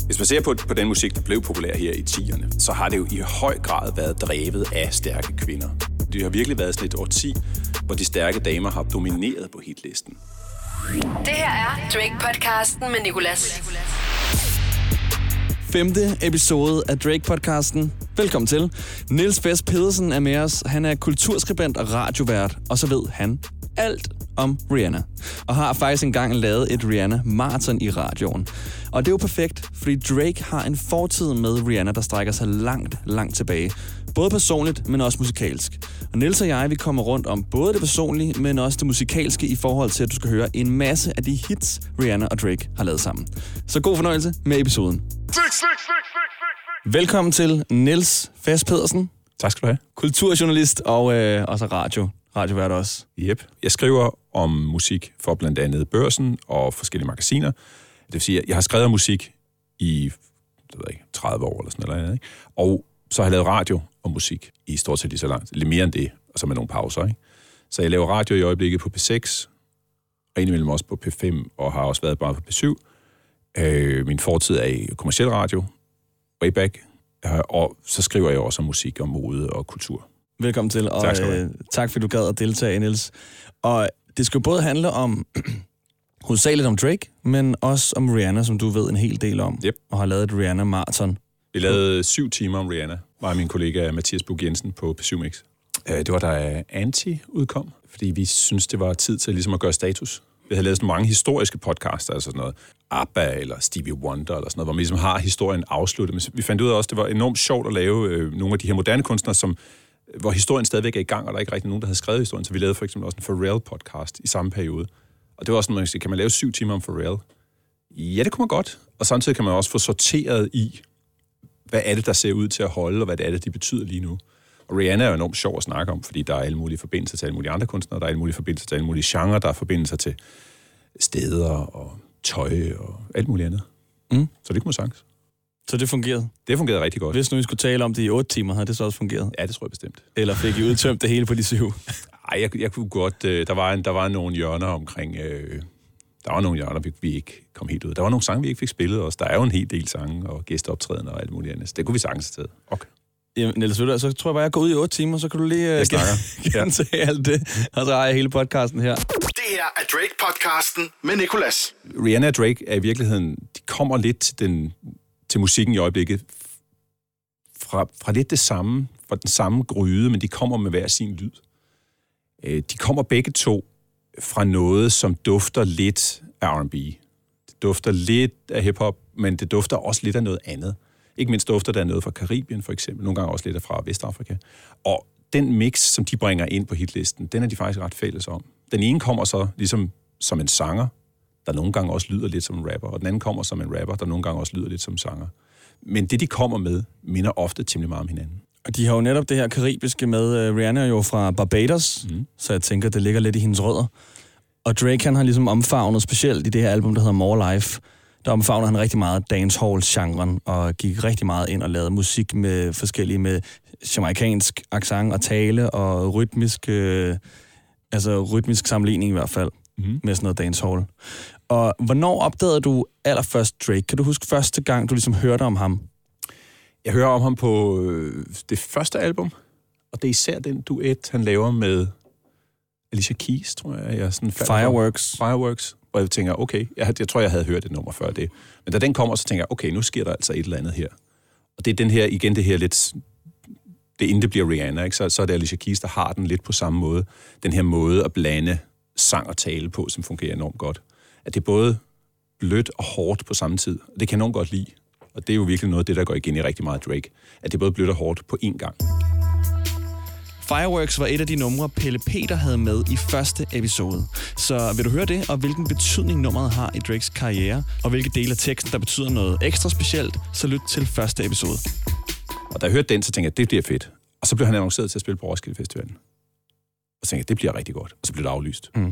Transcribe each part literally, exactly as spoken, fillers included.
Hvis man ser på, på den musik, der blev populær her i tierne, så har det jo i høj grad været drevet af stærke kvinder. Det har virkelig været sådan et årti, hvor de stærke damer har domineret på hitlisten. Det her er Drake-podcasten med Nicolas. Femte episode af Drake-podcasten. Velkommen til. Niels Fess Pedersen er med os. Han er kulturskribent og radiovært, og så ved han alt om Rihanna. Og har faktisk engang lavet et Rihanna-marathon i radioen. Og det er jo perfekt, fordi Drake har en fortid med Rihanna, der strækker sig langt, langt tilbage. Både personligt, men også musikalsk. Og Niels og jeg, vi kommer rundt om både det personlige, men også det musikalske i forhold til, at du skal høre en masse af de hits, Rihanna og Drake har lavet sammen. Så god fornøjelse med episoden. Velkommen til Niels Fess Pedersen. Tak skal du have. Kulturjournalist og øh, også radio. radiovært også. Yep. Jeg skriver om musik for blandt andet Børsen og forskellige magasiner. Det vil sige, at jeg har skrevet musik i det ved jeg ikke, tredive år eller sådan noget. Ikke? Og så har jeg lavet radio og musik i stort set lige så langt. Lidt mere end det, og så med nogle pauser. Ikke? Så jeg laver radio i øjeblikket på P seks, og indimellem også på P fem, og har også været bare på P syv. Øh, min fortid er i kommerciel radio, way back, og så skriver jeg også om musik og mode og kultur. Velkommen til, og tak, øh, tak fordi du gad at deltage, Niels. Og det skal jo både handle om, hovedsageligt om Drake, men også om Rihanna, som du ved en hel del om, yep. og har lavet et Rihanna-marathon. Vi lavede syv timer om Rihanna, var min kollega Mathias Bug Jensen på P syv Mix. Det var da Anti udkom, fordi vi synes det var tid til ligesom at gøre status. Vi havde lavet sådan mange historiske podcasts, altså sådan noget ABBA eller Stevie Wonder eller sådan noget, hvor man ligesom har historien afsluttet. Men vi fandt ud af også, det var enormt sjovt at lave øh, nogle af de her moderne kunstnere, som hvor historien stadigvæk er i gang, og der er ikke rigtig nogen, der havde skrevet historien. Så vi lavede for eksempel også en Pharrell-podcast i samme periode. Og det var også sådan, man kan sige, kan man lave syv timer om Pharrell? Ja, det kunne man godt. Og samtidig kan man også få sorteret i, hvad er det, der ser ud til at holde, og hvad det er det, de betyder lige nu. Og Rihanna er jo enormt sjov at snakke om, fordi der er alle mulige forbindelser til alle mulige andre kunstnere, der er alle mulige forbindelser til alle mulige genrer, der er forbindelser til steder og tøj og alt muligt andet. Mm. Så det kunne man sagtens. Så det fungerede? Det fungerede rigtig godt. Hvis nu I skulle tale om det i otte timer, havde det så også fungeret? Ja, det tror jeg bestemt. Eller fik I udtømt det hele på de syv? Ej, jeg, jeg kunne godt... Øh, der, var en, der var nogle hjørner omkring... Øh, der var nogle hjørner, vi, vi ikke kom helt ud. Der var nogle sange, vi ikke fik spillet også. Der er jo en hel del sange og gæsteoptrædener og alt muligt andet. Så det kunne vi sagtens have taget. Okay. Jamen, Niels, ved du, så tror jeg bare, jeg går ud i otte timer, så kan du lige uh, gentage ja. alt det. Og så har jeg hele podcasten her. Det her er Drake-podcasten med Nicolas. Rihanna og Drake er i virkeligheden... De kommer lidt til den... til musikken i øjeblikket, fra, fra lidt det samme, fra den samme gryde, men de kommer med hver sin lyd. De kommer begge to fra noget, som dufter lidt af R and B. Det dufter lidt af hiphop, men det dufter også lidt af noget andet. Ikke mindst dufter der noget fra Karibien, for eksempel. Nogle gange også lidt fra Vestafrika. Og den mix, som de bringer ind på hitlisten, den er de faktisk ret fælles om. Den ene kommer så ligesom som en sanger, der nogle gange også lyder lidt som en rapper, og den anden kommer som en rapper, der nogle gange også lyder lidt som sanger. Men det, de kommer med, minder ofte temmelig meget om hinanden. Og de har jo netop det her karibiske med. uh, Rihanna jo fra Barbados, mm. så jeg tænker, det ligger lidt i hendes rødder. Og Drake, han har ligesom omfavnet specielt i det her album, der hedder More Life. Der omfavner han rigtig meget dancehall-genren, og gik rigtig meget ind og lavede musik med forskellige, med jamaikansk accent og tale, og rytmisk, øh, altså rytmisk sammenligning i hvert fald, mm. med sådan noget dancehall. Og hvornår opdagede du allerførst Drake? Kan du huske første gang, du ligesom hørte om ham? Jeg hører om ham på øh, det første album, og det er især den duet, han laver med Alicia Keys, tror jeg. jeg sådan Fireworks. Fireworks. Og jeg tænker, okay, jeg, jeg tror, jeg havde hørt et nummer før det. Men da den kommer, så tænker jeg, okay, nu sker der altså et eller andet her. Og det er den her, igen det her lidt, det inden det bliver Rihanna, ikke? Så, så er det Alicia Keys, der har den lidt på samme måde. Den her måde at blande sang og tale på, som fungerer enormt godt. At det er både blødt og hårdt på samme tid. Og det kan jeg enormt godt lide. Og det er jo virkelig noget af det, der går igen i rigtig meget Drake. At det er både blødt og hårdt på én gang. Fireworks var et af de numre, Pelle Peter havde med i første episode. Så vil du høre det, og hvilken betydning nummeret har i Drakes karriere, og hvilke dele af teksten, der betyder noget ekstra specielt, så lyt til første episode. Og da jeg hørte den, så tænkte jeg, det bliver fedt. Og så blev han annonceret til at spille på Roskilde Festivalen. Og så tænkte jeg, det bliver rigtig godt. Og så blev det aflyst. Mm.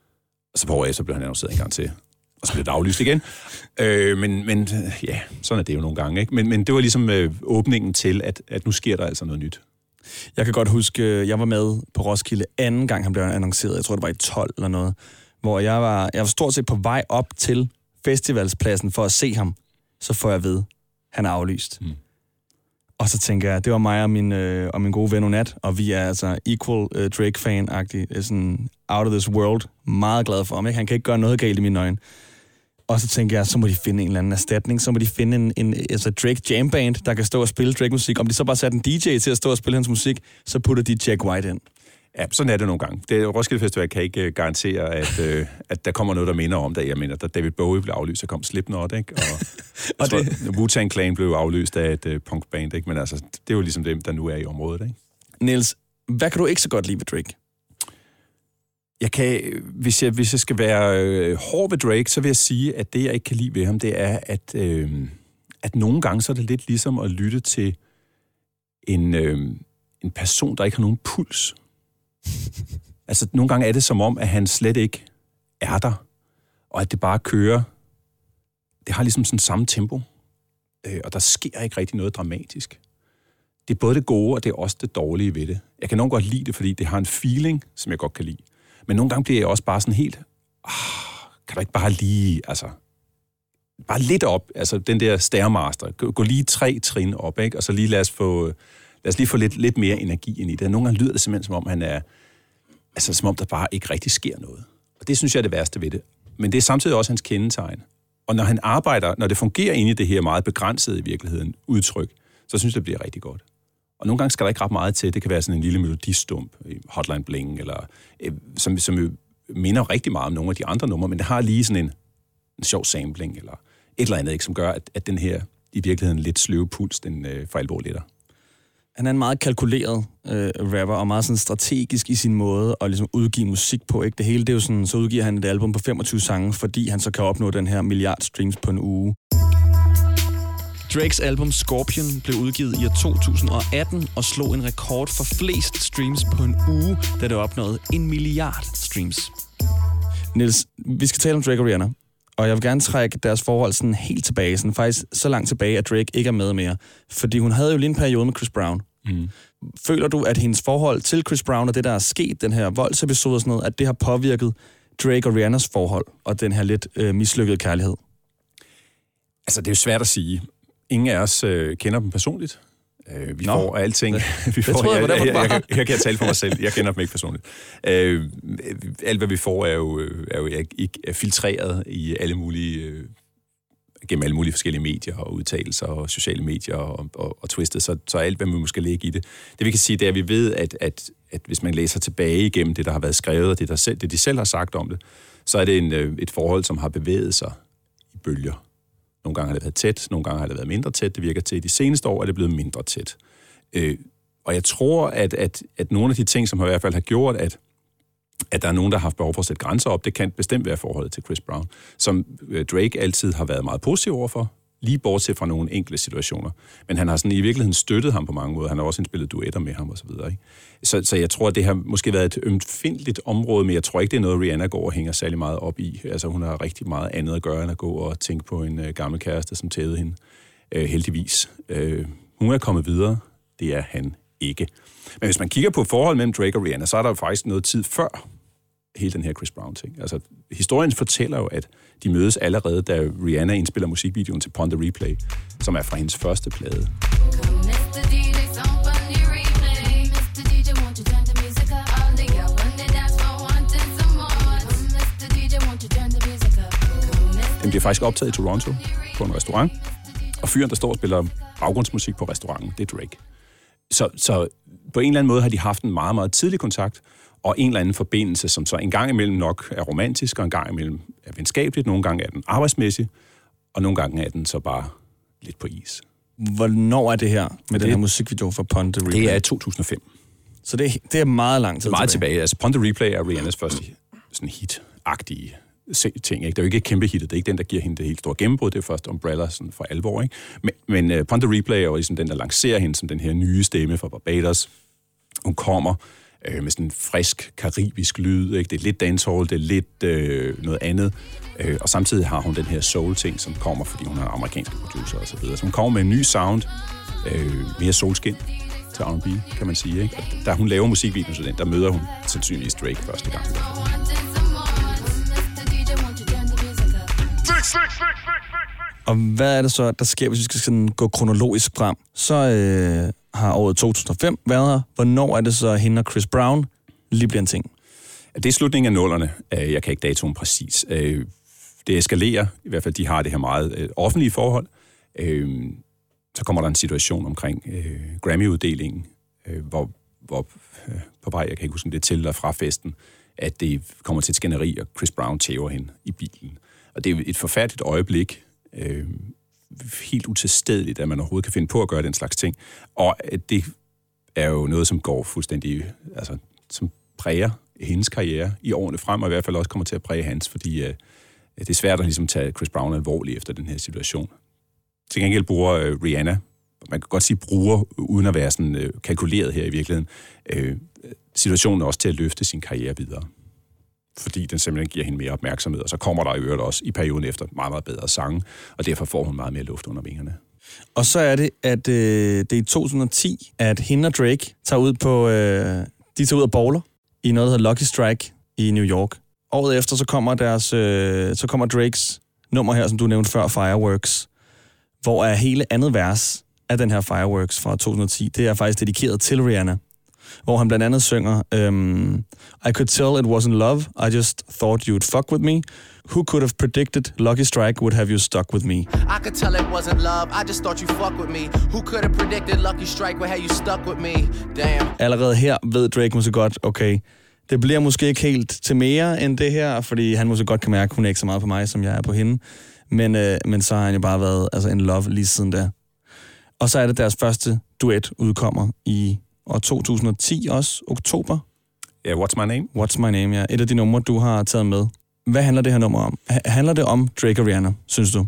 Og så på år af, så blev han annonceret en gang til. Og så blev det aflyst igen. Øh, men, men ja, sådan er det jo nogle gange, ikke? Men, men det var ligesom øh, åbningen til, at, at nu sker der altså noget nyt. Jeg kan godt huske, jeg var med på Roskilde anden gang, han blev annonceret. Jeg tror, det var i tolv eller noget. Hvor jeg var, jeg var stort set på vej op til festivalspladsen for at se ham så får jeg at vide, han er aflyst. Mm. Og så tænker jeg, det var mig og min, øh, og min gode ven Onat, og vi er altså equal øh, Drake-fan-agtige, sådan out of this world, meget glad for ham, ikke? Han kan ikke gøre noget galt i mine øjne. Og så tænker jeg, så må de finde en eller anden erstatning, så må de finde en, en altså Drake Jam-band, der kan stå og spille Drake-musik. Om de så bare satte en D J til at stå og spille hans musik, så putter de Jack White ind. Ja, sådan er det nogle gange. Det, Roskilde Festival kan ikke uh, garantere, at, uh, at der kommer noget, der minder om det. Jeg mener, da David Bowie blev aflyst, så kom Slipknot, ikke? Og, og det... Wu-Tang Clan blev aflyst af et uh, punkband, ikke? Men altså, det er jo ligesom dem, der nu er i området, ikke? Niels, hvad kan du ikke så godt lide ved Drake? Jeg kan, hvis jeg, hvis jeg skal være øh, hård ved Drake, så vil jeg sige, at det, jeg ikke kan lide ved ham, det er, at, øh, at nogle gange så er det lidt ligesom at lytte til en, øh, en person, der ikke har nogen puls. Altså, nogle gange er det som om, at han slet ikke er der, og at det bare kører. Det har ligesom sådan samme tempo, øh, og der sker ikke rigtig noget dramatisk. Det er både det gode, og det er også det dårlige ved det. Jeg kan nok godt lide det, fordi det har en feeling, som jeg godt kan lide. Men nogle gange bliver jeg også bare sådan helt, ah, kan du ikke bare lige, altså, bare lidt op, altså den der Stairmaster, gå, gå lige tre trin op, ikke? Og så lige lad os få, lad os lige få lidt, lidt mere energi ind i det. Nogle gange lyder det simpelthen, som om han er, altså som om der bare ikke rigtig sker noget. Og det synes jeg er det værste ved det. Men det er samtidig også hans kendetegn. Og når han arbejder, når det fungerer inde i det her meget begrænsede i virkeligheden udtryk, så synes jeg, det bliver rigtig godt. Og nogle gange skal der ikke ret meget til. Det kan være sådan en lille melodistump, Hotline Bling, eller, som, som jo minder rigtig meget om nogle af de andre numre, men det har lige sådan en, en sjov sampling, eller et eller andet, ikke, som gør, at, at den her i virkeligheden lidt sløve puls, den øh, for alvor letter. Han er en meget kalkuleret øh, rapper, og meget sådan strategisk i sin måde at ligesom udgive musik på. Ikke? Det hele, det er jo sådan, så udgiver han et album på femogtyve sange, fordi han så kan opnå den her milliard streams på en uge. Drakes album Scorpion blev udgivet i år to tusind og atten og slog en rekord for flest streams på en uge, da det opnåede en milliard streams. Niels, vi skal tale om Drake og Rihanna, og jeg vil gerne trække deres forhold sådan helt tilbage, sådan faktisk så langt tilbage, at Drake ikke er med mere. Fordi hun havde jo lige en periode med Chris Brown. Mm. Føler du, at hendes forhold til Chris Brown og det, der er sket, den her voldsepisode og sådan noget, at det har påvirket Drake og Rihannas forhold og den her lidt øh, mislykkede kærlighed? Altså, det er jo svært at sige. Ingen af os øh, kender dem personligt. Øh, vi Nå. får alting. vi får, tror jeg, jeg, jeg, jeg, jeg, jeg kan tale for mig selv. Jeg kender dem ikke personligt. Øh, alt, hvad vi får, er jo, er jo ikke er filtreret i alle mulige, øh, gennem alle mulige forskellige medier og udtalelser og sociale medier og, og, og twistet. Så, så alt, hvad man måske lægge i det. Det vi kan sige, det er, at vi ved, at, at, at hvis man læser tilbage igennem det, der har været skrevet, og det, der selv, det de selv har sagt om det, så er det en, et forhold, som har bevæget sig i bølger. Nogle gange har det været tæt, nogle gange har det været mindre tæt. Det virker til, at de seneste år er det blevet mindre tæt. Øh, og jeg tror, at, at, at nogle af de ting, som har i hvert fald har gjort, at, at der er nogen, der har haft behov for at sætte grænser op, det kan bestemt være forholdet til Chris Brown, som Drake altid har været meget positiv overfor, lige bortset fra nogle enkelte situationer. Men han har sådan i virkeligheden støttet ham på mange måder. Han har også indspillet duetter med ham og så videre. Ikke? Så, så jeg tror, at det har måske været et ømfindtligt område, men jeg tror ikke, det er noget, Rihanna går og hænger særlig meget op i. Altså, hun har rigtig meget andet at gøre, end at gå og tænke på en uh, gammel kæreste, som tævede hende. Uh, heldigvis. Uh, hun er kommet videre. Det er han ikke. Men hvis man kigger på forholdet mellem Drake og Rihanna, så er der jo faktisk noget tid før hele den her Chris Brown-ting. Altså, historien fortæller jo, at de mødes allerede, da Rihanna indspiller musikvideoen til Pon the Replay, som er fra hendes første plade. Den bliver faktisk optaget i Toronto på en restaurant, og fyren, der står og spiller baggrundsmusik på restauranten, det er Drake. Så, så på en eller anden måde har de haft en meget, meget tidlig kontakt, og en eller anden forbindelse, som så en gang imellem nok er romantisk, og en gang imellem er venskabeligt, nogle gange er den arbejdsmæssig, og nogle gange er den så bare lidt på is. Hvornår er det her med det, den her musikvideo for Pon the Replay? Det er to tusind og fem. Så det, det er meget lang tid meget tilbage. tilbage. Altså Pon the Replay er Rihannas første sådan hit-agtige ting. Ikke? Det er jo ikke et kæmpe hit, det er ikke den, der giver hende det helt store gennembrud, det er først Umbrella sådan for alvor. Ikke? Men, men uh, Pon the Replay er jo ligesom den, der lancerer hende som den her nye stemme fra Barbados. Hun kommer øh, med sådan en frisk, karibisk lyd. Ikke? Det er lidt dancehall, det er lidt øh, noget andet. Øh, og samtidig har hun den her soul-ting, som kommer, fordi hun er amerikansk producer og så videre. Så hun kommer med en ny sound, øh, mere solskin til R and B, kan man sige. Ikke? Og da hun laver musikvideoen til den, der møder hun sandsynligvis Drake første gang. Og hvad er det så, der sker, hvis vi skal sådan gå kronologisk frem? Så øh, har året to tusind og fem været her. Hvornår er det så, hende og Chris Brown lige bliver en ting? Det er slutningen af nullerne. Jeg kan ikke datoen præcis. Det eskalerer, i hvert fald de har det her meget offentlige forhold. Så kommer der en situation omkring Grammy-uddelingen, hvor, hvor på vej, jeg kan ikke huske, det er til og fra festen, at det kommer til et skænderi, og Chris Brown tæver hende i bilen. Og det er et forfærdeligt øjeblik, helt utilstedeligt, at man overhovedet kan finde på at gøre den slags ting. Og det er jo noget, som går fuldstændig, altså, som præger hendes karriere i årene frem, og i hvert fald også kommer til at præge hans, fordi øh, det er svært at ligesom tage Chris Brown alvorligt efter den her situation. Til gengæld bruger øh, Rihanna, man kan godt sige bruger, uden at være sådan øh, kalkuleret her i virkeligheden, øh, situationen også til at løfte sin karriere videre. Fordi den simpelthen giver hende mere opmærksomhed, og så kommer der i øvrigt også i perioden efter meget, meget bedre sange, og derfor får hun meget mere luft under vingerne. Og så er det, at øh, det er i to tusind og ti, at hende og Drake tager ud på, øh, de tager ud og bowler i noget, der hedder Lucky Strike i New York. Året efter, så kommer deres, øh, så kommer Drakes nummer her, som du nævnte før, Fireworks, hvor er hele andet vers af den her Fireworks fra to tusind og ti, det er faktisk dedikeret til Rihanna, hvor han blandt andet synger, um, I could tell it wasn't love, I just thought you'd fuck with me. Who could have predicted Lucky Strike would have you stuck with me? I could tell it wasn't love, I just thought you'd fuck with me. Who could have predicted Lucky Strike would have you stuck with me? Damn. Allerede her ved Drake måske godt, okay, det bliver måske ikke helt til mere end det her, fordi han måske godt kan mærke, at hun er ikke så meget på mig, som jeg er på hende. Men, øh, men så har han jo bare været altså, in love lige siden da. Og så er det deres første duet udkommer i år to tusind og ti også, oktober. Ja, yeah, What's My Name? What's My Name, ja. Et af de numre, du har taget med. Hvad handler det her nummer om? H- handler det om Drake og Rihanna, synes du?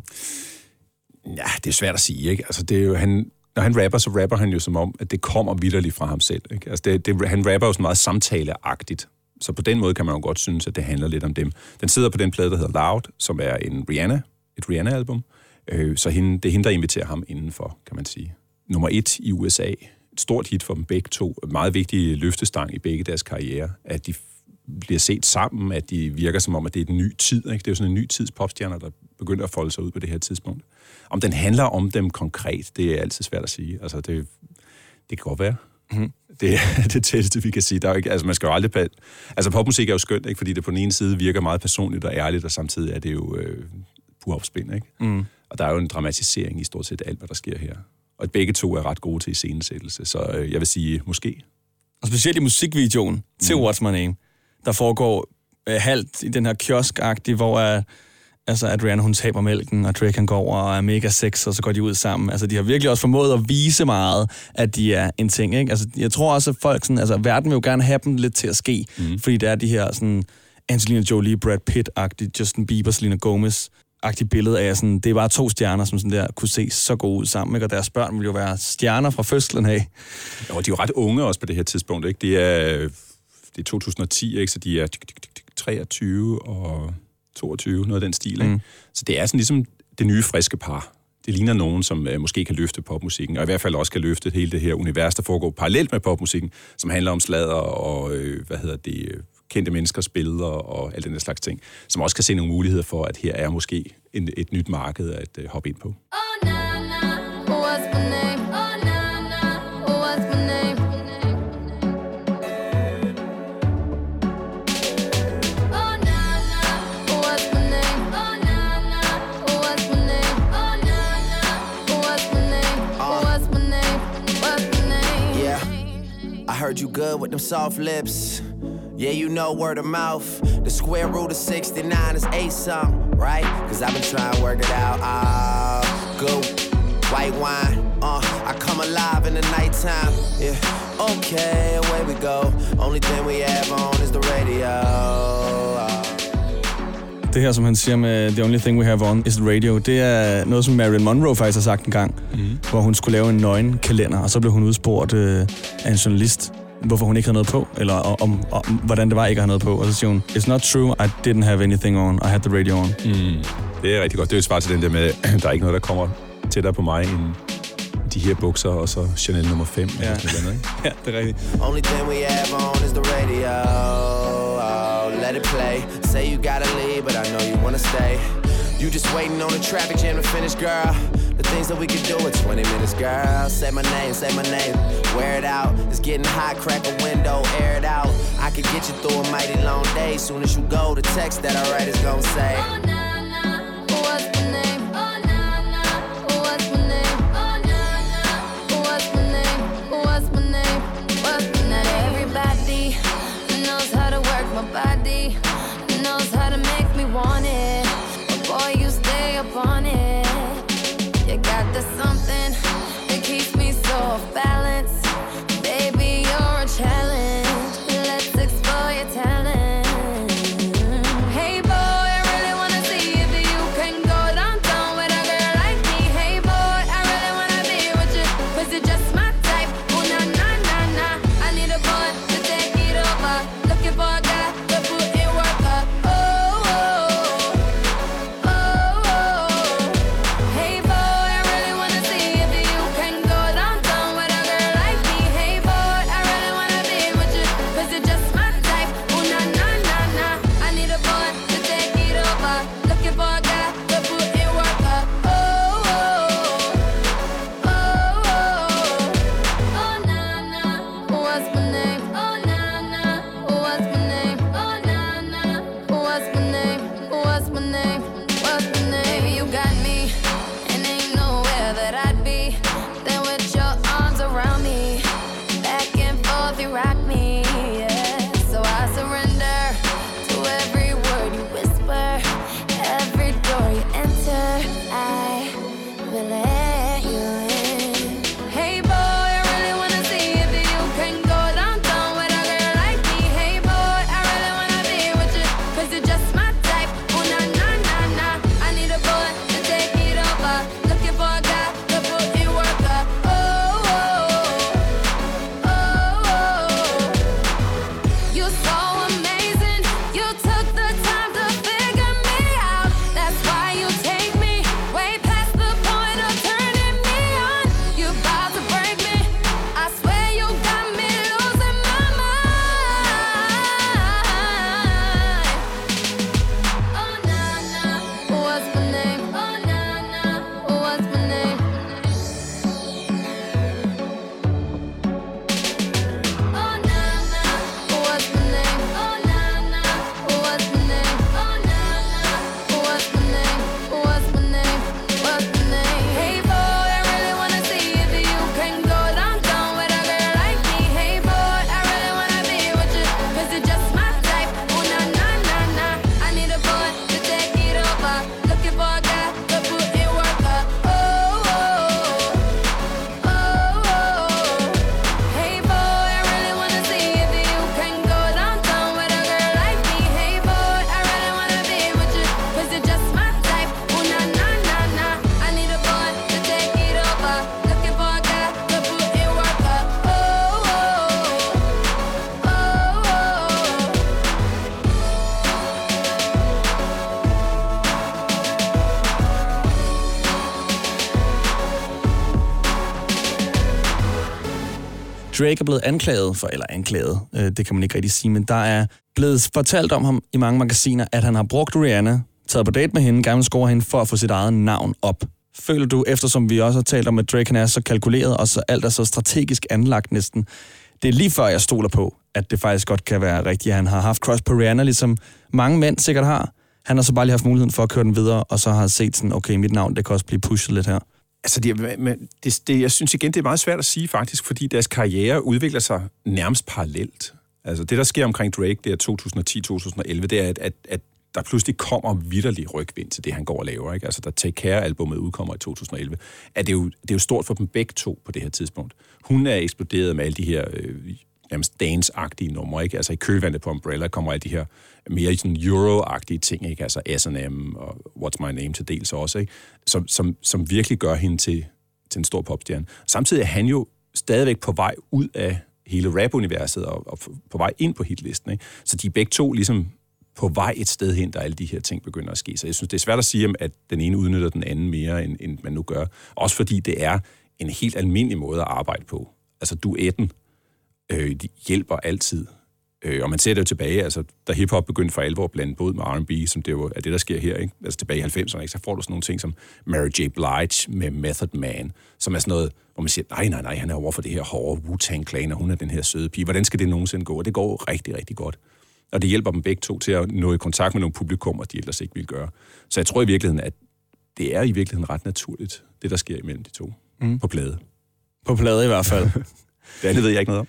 Ja, det er svært at sige, ikke? Altså, det er jo, han, når han rapper, så rapper han jo som om, at det kommer vitterligt fra ham selv, ikke? Altså, det, det, han rapper jo sådan meget samtaleagtigt. Så på den måde kan man jo godt synes, at det handler lidt om dem. Den sidder på den plade, der hedder Loud, som er en Rihanna, et Rihanna-album. Øh, så hende, det er hende, der inviterer ham indenfor, kan man sige. Nummer et i U S A. Et stort hit for dem begge to. Meget vigtig løftestang i begge deres karriere. At de bliver set sammen, at de virker som om, at det er en ny tid. Ikke? Det er jo sådan en ny tids popstjerner, der begynder at folde sig ud på det her tidspunkt. Om den handler om dem konkret, det er altid svært at sige. Altså, det, det kan godt være. Mm-hmm. Det er det tætteste, vi kan sige. Der er ikke, altså, man skal jo aldrig... Altså, popmusik er jo skønt, ikke? Fordi det på den ene side virker meget personligt og ærligt, og samtidig er det jo øh, pur opspind, ikke? Mm. Og der er jo en dramatisering i stort set alt, hvad der sker her. Og begge to er ret gode til iscenesættelse, så øh, jeg vil sige, måske. Og specielt i musikvideoen til mm. What's My Name, der foregår øh, halvt i den her kiosk-agtige, hvor øh, altså, at Rihanna, hun taber mælken, og Drake, han går over og er mega sex, og så går de ud sammen. Altså, de har virkelig også formået at vise meget, at de er en ting, ikke? Altså, jeg tror også, at folk sådan, altså, verden vil jo gerne have dem lidt til at ske, mm. fordi der er de her sådan Angelina Jolie, Brad Pitt-agtige, Justin Bieber, Selena Gomez-agtige billede af, sådan, det er bare to stjerner, som sådan der kunne se så gode ud sammen, ikke? Og deres børn vil jo være stjerner fra fødslen af. Jo, de er jo ret unge også på det her tidspunkt, ikke? Det er, det er to tusind og ti, ikke? Så de er treogtyve og toogtyve, noget af den stil, ikke? Mm. Så det er sådan ligesom det nye, friske par. Det ligner nogen, som øh, måske kan løfte popmusikken, og i hvert fald også kan løfte hele det her univers, der foregår parallelt med popmusikken, som handler om sladder og, øh, hvad hedder det, kendte menneskers billeder og alt den der slags ting, som også kan se nogle muligheder for, at her er måske en, et nyt marked at øh, hoppe ind på. Oh, na, na. What's my name? Oh, na, na. What's my name? I heard you good with them soft lips. Yeah, you know word of mouth. The square root of sixty-nine is eight something, right? Cause I've been trying to work it out. Ah, uh, good white wine. Uh, I come alive in the nighttime. Yeah, okay, away we go. Only thing we have on is the radio. Uh. Det her, som han siger med The Only Thing We Have On is the Radio, det er noget, som Marilyn Monroe faktisk har sagt en gang, mm. hvor hun skulle lave en nøgen kalender, og så blev hun udspurgt øh, af en journalist, hvorfor hun ikke havde noget på, eller om, om, om hvordan det var ikke at have noget på. Og så siger hun, it's not true, I didn't have anything on, I had the radio on. Mm. Det er rigtig godt. Det er jo et svar til den der med, der er ikke noget, der kommer tættere på mig end de her bukser, og så Chanel nummer fem. Ja. Eller sådan noget, ikke? Ja, det er rigtigt. Only thing we have on is the radio. Oh, let it play. Say you gotta leave, but I know you wanna stay. You just waiting on the traffic jam to finish, girl. The things that we could do in twenty minutes, girl. Say my name, say my name, wear it out. It's getting hot, crack a window, air it out. I could get you through a mighty long day. Soon as you go, the text that I write is gonna say, oh, nah, nah, what's my name? Oh, nah, nah, what's my name? Oh, nah, nah, what's my name? What's my name? What's my name? Everybody knows how to work my body, knows how to make me want it. But boy, you stay up on it. You got the something that keeps me so off balance. Baby, you're a challenge. Let's explore your talent. Hey boy, I really wanna see if you can go downtown with a girl like me. Hey boy, I really wanna be with you, 'cause you're just my type. Oh na na na na, I need a boy to take it over. Looking for a guy to put in work up. Oh oh oh oh. Hey boy, I really wanna see if you can go downtown with a girl like me. Hey boy, I really wanna be with you, 'cause you're just my type. Oh na na na na, I need a boy to take it over. Looking for a guy to put in work up. Oh oh oh oh. Oh na na, what's my name? Oh na na, what's my name? Oh na na, what's my name? What's my name? What's my name? Baby, you got me, and ain't nowhere that I'd be than with your arms around me. Back and forth, you rock me, yeah. So I surrender to every word you whisper, every door you enter. I will let you in. Hey boy, I really wanna see if you can go downtown with a girl like me. Hey boy, I really wanna be with you, 'cause you're just my type. Oh na na na na, I need a boy to take it over. Looking for a guy to put in work up. Oh oh oh oh. You're so amazing. You took the time to figure me out. That's why you take me way past the point of turning me on. You about to break me. I swear you got me losing my mind. Oh na na, what's my name? Oh na na, what's my name? Oh na na, what's my name? Oh na na, what's my name? Oh na na, what's my name? What's my name? What's my name? Hey boy, I really wanna see if you can go downtown with a girl like me. Hey boy, I really wanna be with you, 'cause you're just my type. Oh na na na na, I need a boy to take it over. Looking for a guy to put in work up. Oh oh oh oh. Hey boy, I really wanna see if you can go downtown with a girl like me. Hey boy, I really wanna be with you, 'cause you're just my type. Oh na na na na, I need a boy to take it over. Looking for a guy to put in work up. Oh oh oh Drake er blevet anklaget for, eller anklaget, øh, det kan man ikke rigtig sige, men der er blevet fortalt om ham i mange magasiner, at han har brugt Rihanna, taget på date med hende, gerne vil score hende for at få sit eget navn op. Føler du, eftersom vi også har talt om, at Drake han er så kalkuleret, og så alt er så strategisk anlagt næsten, det er lige før jeg stoler på, at det faktisk godt kan være rigtigt, at han har haft crush på Rihanna, ligesom mange mænd sikkert har. Han har så bare lige haft muligheden for at køre den videre, og så har set sådan, okay, mit navn, det kan også blive pushet lidt her. Altså, det, men det, det, jeg synes igen, det er meget svært at sige faktisk, fordi deres karriere udvikler sig nærmest parallelt. Altså, det, der sker omkring Drake, det er to tusind og ti til to tusind og elleve, det er, at, at, at der pludselig kommer vitterlig rygvind til det, han går og laver. Ikke? Altså, da Take Care-albummet udkommer i to tusind og elleve, er det, jo, det er jo stort for dem begge to på det her tidspunkt. Hun er eksploderet med alle de her øh, nærmest dance-agtige numre, ikke? Altså, i kølvandet på Umbrella kommer alle de her mere sådan euro-agtige ting, ikke? Altså S and M og What's My Name til dels også, ikke? Som, som, som virkelig gør hende til, til en stor popstjerne. Samtidig er han jo stadigvæk på vej ud af hele rap-universet og, og på vej ind på hitlisten, ikke? Så de er begge to ligesom på vej et sted hen, der alle de her ting begynder at ske. Så jeg synes, det er svært at sige, at den ene udnytter den anden mere, end, end man nu gør. Også fordi det er en helt almindelig måde at arbejde på. Altså duetten øh, de hjælper altid Øh, og man ser det jo tilbage, altså, da hiphop begyndte for alvor at blande både med R and B, som det jo er det, der sker her, ikke? Altså tilbage i halvfemserne, ikke? Så får du sådan nogle ting som Mary J. Blige med Method Man, som er sådan noget, hvor man siger, nej, nej, nej, han er over for det her hårde Wu-Tang Clan, og hun er den her søde pige. Hvordan skal det nogensinde gå? Og det går rigtig, rigtig godt. Og det hjælper dem begge to til at nå i kontakt med nogle publikummer, de ellers ikke ville gøre. Så jeg tror i virkeligheden, at det er i virkeligheden ret naturligt, det der sker imellem de to. Mm. På plade. På plade i hvert fald. Det andet ved jeg ikke noget om.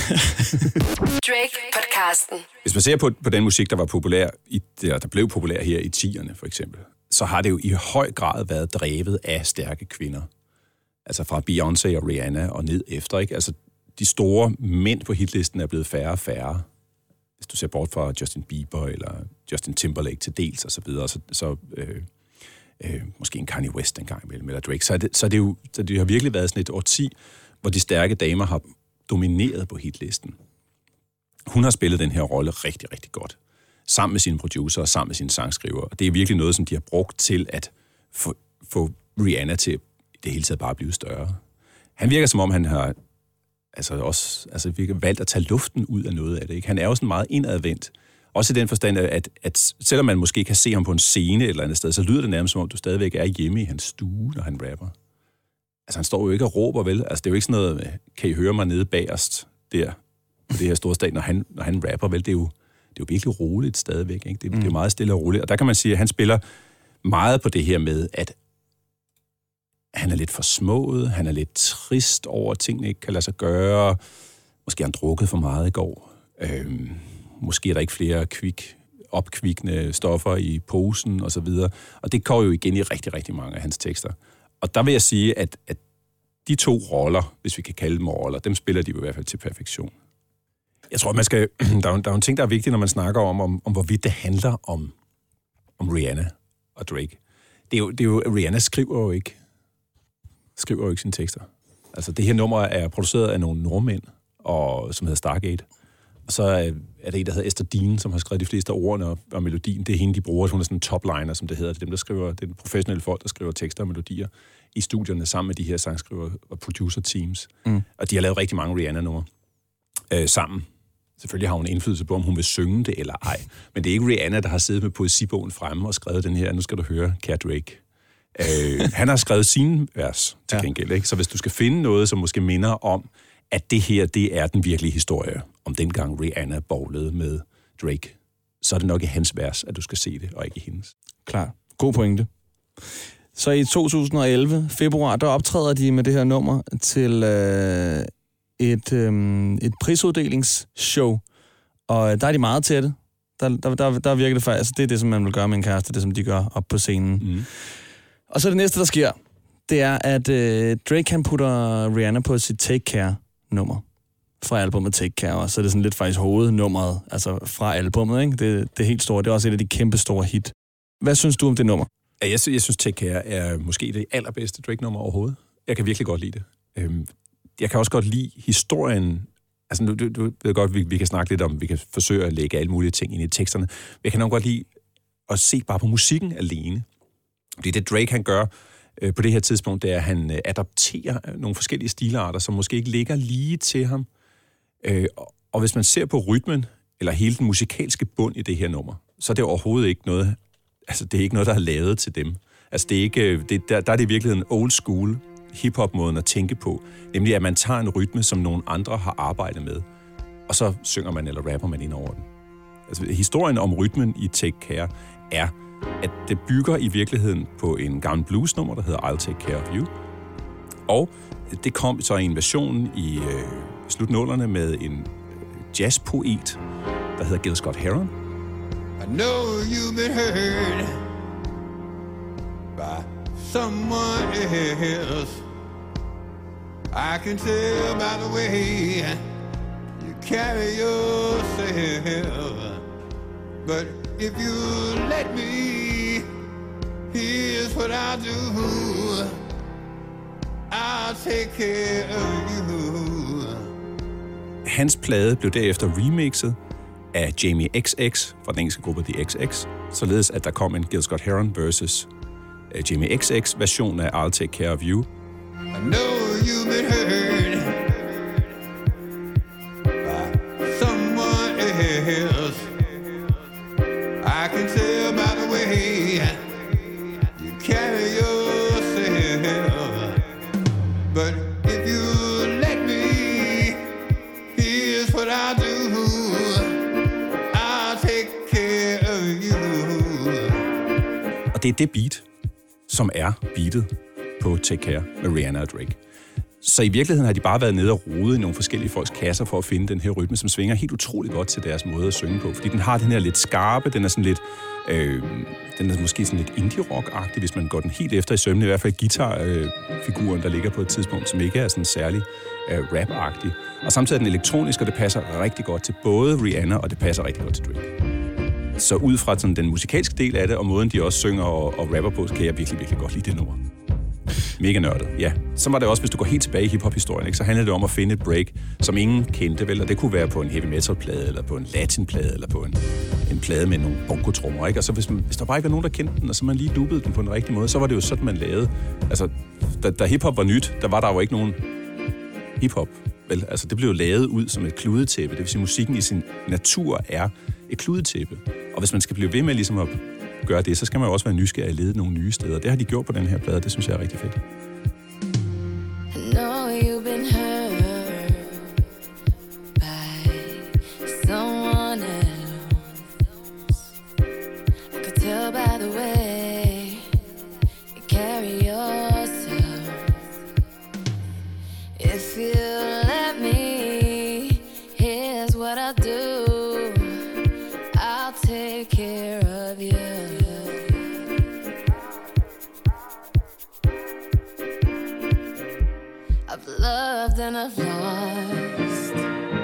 Drake-podcasten. Hvis man ser på, på den musik, der var populær, i, der, der blev populær her i tierne for eksempel, så har det jo i høj grad været drevet af stærke kvinder. Altså fra Beyoncé og Rihanna og ned efter, ikke? Altså de store mænd på hitlisten er blevet færre og færre. Hvis du ser bort fra Justin Bieber eller Justin Timberlake til dels og så videre, så, så øh, øh, måske en Kanye West en gang imellem, eller Drake, så, er det, så, er det jo, så det har virkelig været sådan et årti, hvor de stærke damer har domineret på hitlisten. Hun har spillet den her rolle rigtig, rigtig godt. Sammen med sine producer og sammen med sine sangskriver. Og det er virkelig noget, som de har brugt til at få, få Rihanna til det hele taget bare blive større. Han virker som om, han har altså også altså, valgt at tage luften ud af noget af det. Ikke? Han er jo sådan meget indadvendt. Også i den forstand, at, at selvom man måske kan se ham på en scene et eller andet sted, så lyder det nærmest som om, du stadigvæk er hjemme i hans stue, når han rapper. Altså, han står jo ikke og råber, vel? Altså, det er jo ikke sådan noget, kan I høre mig nede bagerst der, på det her store stad, når han, når han rapper, vel? Det er jo, det er jo virkelig roligt stadigvæk, ikke? Det, mm. det er meget stille og roligt. Og der kan man sige, at han spiller meget på det her med, at han er lidt forsmået, han er lidt trist over, at tingene ikke kan lade sig gøre. Måske har han drukket for meget i går. Øhm, måske er der ikke flere kvik, opkvikkende stoffer i posen, og så videre. Og det går jo igen i rigtig, rigtig mange af hans tekster. Og der vil jeg sige, at, at de to roller, hvis vi kan kalde dem roller, dem spiller de jo i hvert fald til perfektion. Jeg tror, man skal, der, er, der er en ting, der er vigtigt, når man snakker om, om, om hvorvidt det handler om, om Rihanna og Drake. Det er jo, det er jo, Rihanna skriver jo ikke, skriver jo ikke sine tekster. Altså, det her nummer er produceret af nogle nordmænd, og, som hedder Stargate. Og så er, er det en, der hedder Esther Dean, som har skrevet de fleste af ordene og, og melodien. Det er hende, de bruger. Hun er sådan en topliner, som det hedder. Det er dem, der skriver, det er den professionelle folk, der skriver tekster og melodier i studierne sammen med de her sangskriver og producer teams. Mm. Og de har lavet rigtig mange Rihanna-numre øh, sammen. Selvfølgelig har hun indflydelse på, om hun vil synge det eller ej. Men det er ikke Rihanna, der har siddet med poesibogen fremme og skrevet den her, nu skal du høre, kære Drake. øh, han har skrevet sine vers til gengæld, ikke? Så hvis du skal finde noget, som måske minder om, at det her, det er den virkelige historie, om dengang Rihanna bowlede med Drake, så er det nok i hans vers, at du skal se det, og ikke i hendes. Klar. God pointe. Så i to tusind og elleve, februar, der optræder de med det her nummer til øh, et, øh, et prisuddelingsshow, og der er de meget tætte. Der, der, der, der virker det faktisk, altså det er det, som man vil gøre med en kæreste, det som de gør op på scenen. Mm. Og så det næste, der sker, det er, at øh, Drake han putter Rihanna på sit Take Care-nummer fra albumet Take Care, og så er det sådan lidt faktisk hovednummeret, altså fra albumet, ikke? Det, det er helt store, det er også et af de kæmpe store hit. Hvad synes du om det nummer? Ja, jeg, jeg synes, Take Care er måske det allerbedste Drake-nummer overhovedet. Jeg kan virkelig godt lide det. Øhm, jeg kan også godt lide historien. Altså, du, du ved godt, vi, vi kan snakke lidt om, vi kan forsøge at lægge alle mulige ting ind i teksterne. Jeg kan nok godt lide at se bare på musikken alene. Fordi det Drake, han gør øh, på det her tidspunkt, det er, at han øh, adapterer nogle forskellige stilarter, som måske ikke ligger lige til ham. Øh, og, og hvis man ser på rytmen, eller hele den musikalske bund i det her nummer, så er det overhovedet ikke noget, altså det er ikke noget, der er lavet til dem. Altså det er ikke, det, der, der er det virkelig en old school hip-hop-måden at tænke på, nemlig at man tager en rytme, som nogle andre har arbejdet med, og så synger man eller rapper man ind over den. Altså historien om rytmen i Take Care er, at det bygger i virkeligheden på en gammel bluesnummer, der hedder I'll Take Care of You. Og det kom så i en version i øh, slutnullerne med en jazzpoet, der hedder Gil Scott-Heron. I know you've been hurt by someone else. I can tell by the way you carry yourself. But if you let me, here's what I'll do. I'll take care of you. Hans plade blev derefter remixet af Jamie X X fra den engelske gruppe The X X, således at der kom en Gil Scott-Heron versus Jamie X X version af I'll Take Care of You. I know you've been hurt by someone else. But if you let me, here's what I'll do. I'll take care of you. Og det er det beat, som er beatet på Take Care med Rihanna og Drake. Så i virkeligheden har de bare været nede og rode i nogle forskellige folks kasser for at finde den her rytme, som svinger helt utroligt godt til deres måde at synge på. Fordi den har den her lidt skarpe, den er sådan lidt, øh, den er måske sådan lidt indie-rock-agtig, hvis man går den helt efter i sømne. I hvert fald guitarfiguren, der ligger på et tidspunkt, som ikke er sådan særlig øh, rap-agtig. Og samtidig er den elektronisk, og det passer rigtig godt til både Rihanna, og det passer rigtig godt til Drake. Så ud fra sådan, den musikalske del af det, og måden de også synger og, og rapper på, så kan jeg virkelig, virkelig godt lide det nummer. Mega nørdet, ja. Så var det også, hvis du går helt tilbage i hiphop-historien, ikke, så handlede det om at finde et break, som ingen kendte, vel? Og det kunne være på en heavy metal-plade, eller på en latin-plade, eller på en, en plade med nogle bongo-trommer, ikke? Og så hvis, man, hvis der bare ikke var nogen, der kendte den, og så man lige loopede den på den rigtige måde, så var det jo sådan, man lavede. Altså, da, da hiphop var nyt, der var der jo ikke nogen hiphop, vel? Altså, det blev jo lavet ud som et kludetæppe. Det vil sige, musikken i sin natur er et kludetæppe. Og hvis man skal blive ved med ligesom at gøre det, så skal man jo også være nysgerrig og lede nogle nye steder. Det har de gjort på den her plade, det synes jeg er rigtig fedt. I know you've been hurt by someone else. I could tell by the way you carry yourself. If you let me, here's what I'll do. I'll take care of you. I've loved and I've lost.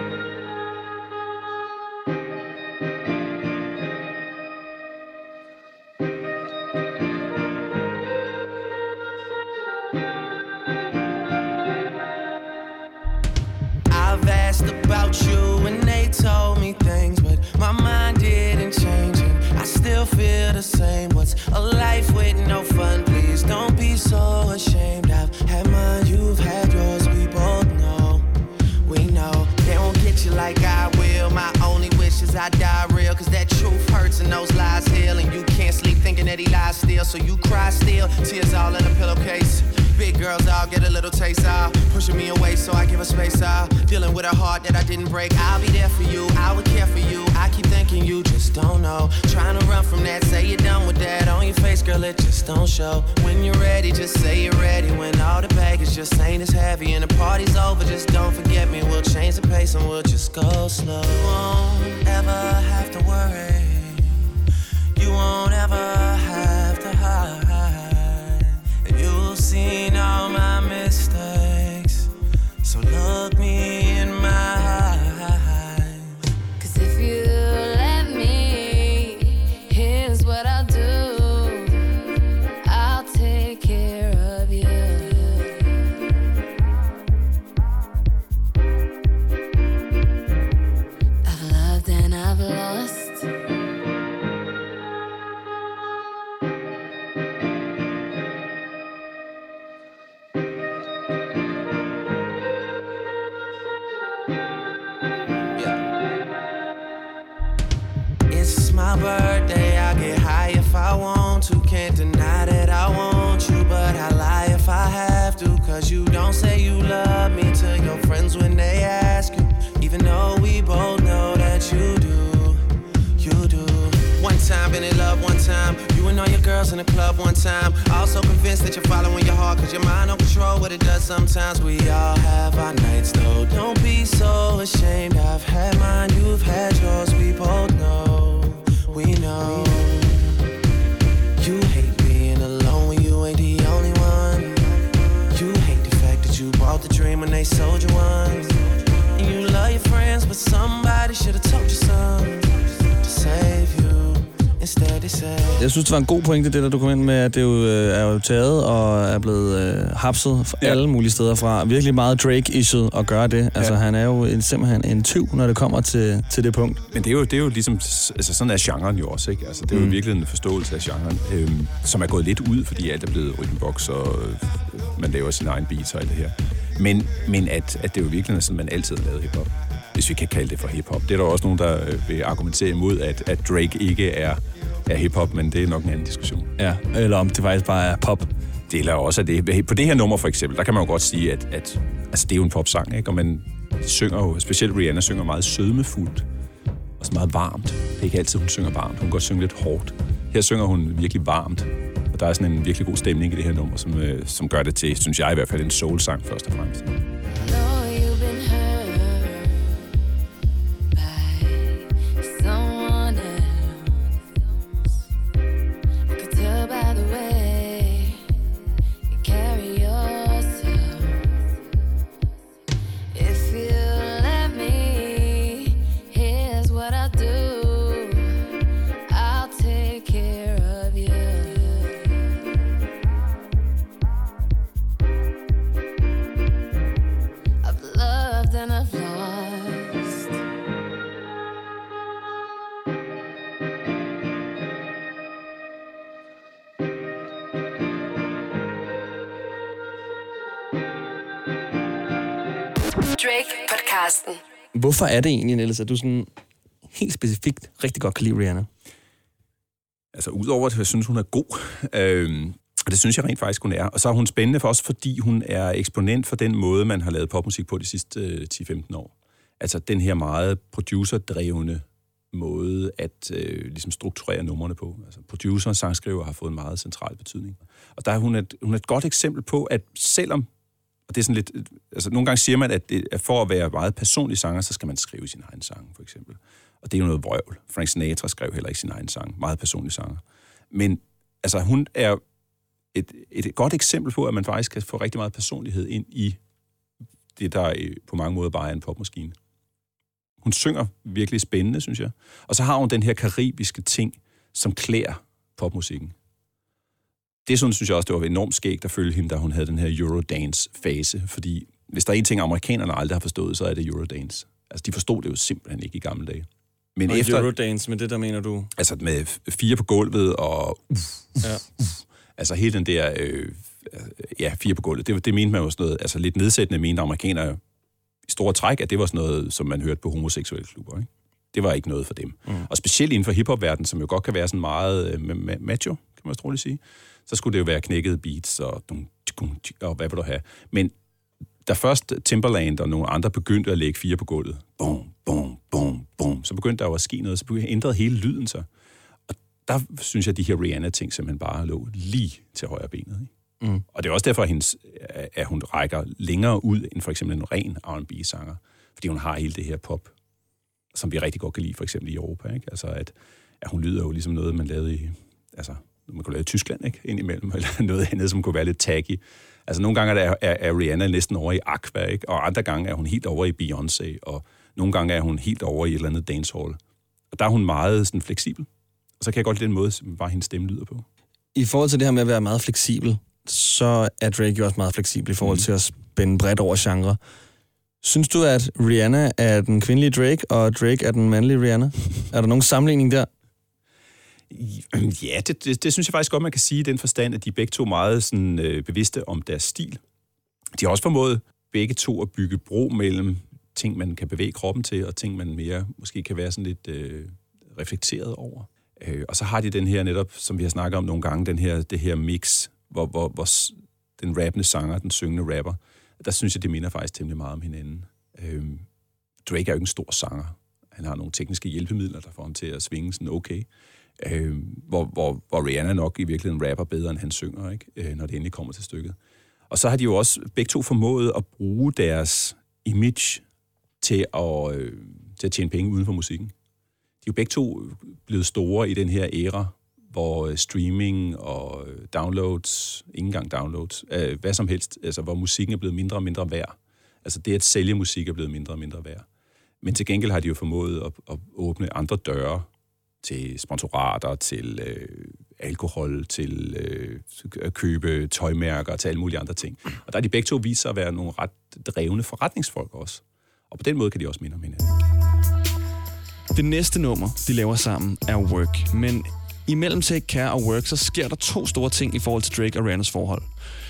I've asked about you and they told me things, but my mind didn't change and I still feel the same. What's a life with no fun? Please don't be so ashamed. I've had mine, you've had yours, we both know. We know they won't get you like I will. My only wish is I die real, cause that truth hurts and those lies heal. And you can't sleep thinking that he lies still, so you cry still, tears all in a pillowcase. Big girls all get a little taste out, pushing me away so I give her space out. Dealing with a heart that I didn't break. I'll be there for you, I would care for you. I keep thinking you just don't know. Trying to run from that, say you're done with that. On your face, girl, it just don't show. When you're ready, just say you're ready. When all the baggage just ain't as heavy and the party's over, just don't forget me. We'll change the pace and we'll just go slow. You won't ever have to worry. You won't ever have to hide. You've seen all my mistakes, so look me in my eyes. Cause if you let me, here's what I'll do. I'll take care of you. I've loved and I've lost. My birthday, I get high if I want to. Can't deny that I want you, but I lie if I have to. Cause you don't say you love me to your friends when they ask you, even though we both know that you do, you do. One time, been in love one time. You and all your girls in the club one time. Also convinced that you're following your heart, cause your mind don't control what it does sometimes. We all have our nights though, don't be so ashamed. I've had mine, you've had yours, we both know. We know you hate being alone when you ain't the only one. You hate the fact that you bought the dream when they sold you one. And you love your friends, but somebody should have told you something to save you. Instead they said. Jeg synes, det var en god pointe, det der du kom ind med, at det jo øh, er jo taget og er blevet øh, hapset fra ja. alle mulige steder fra. Virkelig meget Drake-issued at gøre det. Altså, ja. Han er jo en, simpelthen en tyv, når det kommer til, til det punkt. Men det er jo, det er jo ligesom, altså sådan er genren jo også, ikke? Altså, det er jo mm. virkelig en forståelse af genren, øhm, som er gået lidt ud, fordi alt er blevet rhythmbox, og øh, man laver sin egen beats og alt det her. Men, men at, at det er jo virkelig sådan, man altid har lavet hiphop. Hvis vi kan kalde det for hiphop. Det er der også nogen, der vil argumentere imod, at, at Drake ikke er, er hiphop, men det er nok en anden diskussion. Ja, eller om det faktisk bare er pop. deler også af det. På det her nummer for eksempel, der kan man jo godt sige, at, at altså, det er jo en popsang, ikke? Og man synger jo, specielt Rihanna synger meget sødmefuldt og så meget varmt. Det er ikke altid, hun synger varmt. Hun kan godt synge lidt hårdt. Her synger hun virkelig varmt. Og der er sådan en virkelig god stemning i det her nummer, som, øh, som gør det til, synes jeg i hvert fald, en soul-sang først og fremmest. Drake-podcasten. Hvorfor er det egentlig, Niels, at du sådan helt specifikt rigtig godt kan lide Rihanna? Altså, udover at jeg synes, hun er god, øh, og det synes jeg rent faktisk, hun er. Og så er hun spændende for os, fordi hun er eksponent for den måde, man har lavet popmusik på de sidste øh, ti til femten år. Altså, den her meget producerdrevne måde at øh, ligesom strukturere numrene på. Altså, producer og sangskriver har fået en meget central betydning. Og der er hun et, hun er et godt eksempel på, at selvom og det er sådan lidt, altså nogle gange siger man, at, det, at for at være meget personlig sanger, så skal man skrive sin egen sang, for eksempel. Og det er jo noget vrøvl. Frank Sinatra skrev heller ikke sin egen sang. Meget personlig sanger. Men altså, hun er et, et godt eksempel på, at man faktisk kan få rigtig meget personlighed ind i det, der på mange måder bare er en popmaskine. Hun synger virkelig spændende, synes jeg. Og så har hun den her karibiske ting, som klæder popmusikken. Det sådan, synes jeg også, det var enormt skægt at følge hende, da hun havde den her Eurodance-fase. Fordi hvis der er en ting, amerikanerne aldrig har forstået, så er det Eurodance. Altså, de forstod det jo simpelthen ikke i gamle dage. Men og efter, Eurodance, med det der mener du? Altså med fire på gulvet og... Uh, ja. uh, altså hele den der... Øh, ja, fire på gulvet. Det, det mente man jo sådan noget... Altså lidt nedsættende mente amerikanere i store træk, at det var sådan noget, som man hørte på homoseksuelle klubber, ikke? Det var ikke noget for dem. Mm. Og specielt inden for hiphop-verdenen, som jo godt kan være sådan meget øh, macho, kan man troligt sige, så skulle det jo være knækkede beats og, og hvad vil du have. Men da først Timbaland og nogle andre begyndte at lægge fire på gulvet, bum, bum, bum, bum, så begyndte der jo at ske noget, så ændrede hele lyden sig. Og der synes jeg, at de her Rihanna-ting simpelthen bare lå lige til højre benet. Ikke? Mm. Og det er også derfor, at, hendes, at hun rækker længere ud end for eksempel en ren R and B-sanger. Fordi hun har hele det her pop, som vi rigtig godt kan lide, for eksempel i Europa. Ikke? Altså, at, at hun lyder jo ligesom noget, man lavede i... Altså, man kunne lave i Tyskland, ikke? Indimellem, eller noget andet, som kunne være lidt tacky. Altså, nogle gange er, er, er Rihanna næsten over i Aqua, ikke? Og andre gange er hun helt over i Beyoncé, og nogle gange er hun helt over i et eller andet dancehall. Og der er hun meget sådan fleksibel. Og så kan jeg godt lide den måde, som bare hendes stemme lyder på. I forhold til det her med at være meget fleksibel, så er Drake jo også meget fleksibel i forhold mm. til at spænde bredt over genre. Synes du, at Rihanna er den kvindelige Drake, og Drake er den mandlige Rihanna? Er der nogen sammenligning der? Ja, det, det, det synes jeg faktisk godt, man kan sige i den forstand, at de begge to er meget sådan, øh, bevidste om deres stil. De har også formået begge to at bygge bro mellem ting, man kan bevæge kroppen til, og ting, man mere måske kan være sådan lidt øh, reflekteret over. Øh, og så har de den her netop, som vi har snakket om nogle gange, den her, det her mix, hvor, hvor, hvor den rappende sanger, den syngende rapper, der synes jeg, det minder faktisk temmelig meget om hinanden. Øh, Drake er jo ikke en stor sanger. Han har nogle tekniske hjælpemidler, der får ham til at svinge sådan okay. Øh, hvor, hvor, hvor Rihanna nok i virkeligheden rapper bedre, end han synger, ikke? Øh, når det endelig kommer til stykket. Og så har de jo også begge to formået at bruge deres image til at, øh, til at tjene penge uden for musikken. De er jo begge to blevet store i den her æra, hvor streaming og downloads, ikke engang downloads, øh, hvad som helst, altså hvor musikken er blevet mindre og mindre værd. Altså det at sælge musik er blevet mindre og mindre værd. Men til gengæld har de jo formået at, at åbne andre døre til sponsorater, til øh, alkohol, til øh, at købe tøjmærker, til alle mulige andre ting. Og der er de begge to vist sig at være nogle ret drevne forretningsfolk også. Og på den måde kan de også minde om hinanden. Det næste nummer, de laver sammen, er Work. Men imellem Take Care og Work, så sker der to store ting i forhold til Drake og Rihannas forhold.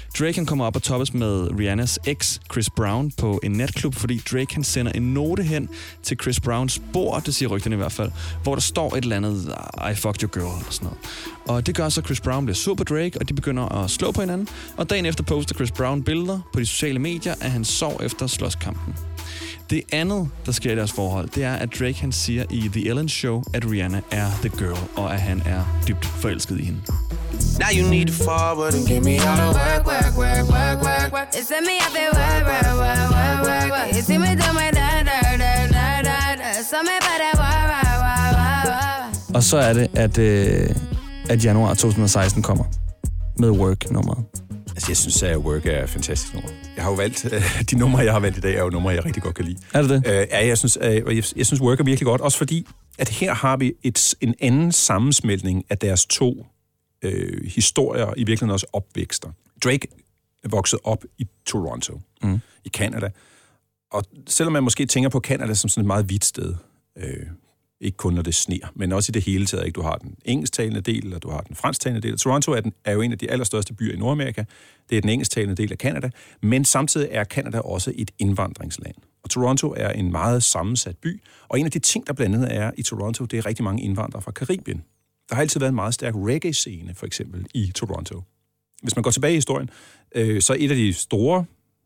Drake han kommer op og toppes med Rihannas eks, Chris Brown, på en natklub, fordi Drake han sender en note hen til Chris Browns bord, det siger rygterne i hvert fald, hvor der står et eller andet, I fucked your girl, eller sådan noget. Og det gør så, at Chris Brown bliver sur på Drake, og de begynder at slå på hinanden. Og dagen efter poster Chris Brown billeder på de sociale medier, at han sov efter slåskampen. Det andet, der sker i deres forhold, det er, at Drake han siger i The Ellen Show, at Rihanna er the girl, og at han er dybt forelsket i hende. Now you need to forward and give me all the work, work, work, work, work, work. It's me up there, work, work, work, work, work, work. You see me do my da da da da da da. So me by that work, work, work, work, work. Og så er det, at, øh, at januar to tusind og seksten kommer med Work-nummeret. Altså, jeg synes, at Work er et fantastisk nummer. Jeg har jo valgt, øh, de numre, jeg har valgt i dag, er jo numre, jeg rigtig godt kan lide. Er det det? Øh, ja, jeg synes, øh, jeg, jeg synes, Work er virkelig godt, også fordi, at her har vi et, en anden sammensmeltning af deres to øh, historier, i virkeligheden også opvækster. Drake er vokset op i Toronto, mm. i Canada, og selvom man måske tænker på Canada som sådan et meget hvidt sted, øh, ikke kun når det sner, men også i det hele taget. Ikke? Du har den engelsktalende del, og du har den fransktalende del. Toronto er, den, er jo en af de allerstørste byer i Nordamerika. Det er den engelsktalende del af Canada, men samtidig er Canada også et indvandringsland. Og Toronto er en meget sammensat by, og en af de ting, der blandt andet er i Toronto, det er rigtig mange indvandrere fra Karibien. Der har altid været en meget stærk reggae-scene, for eksempel, i Toronto. Hvis man går tilbage i historien, øh, så et af de store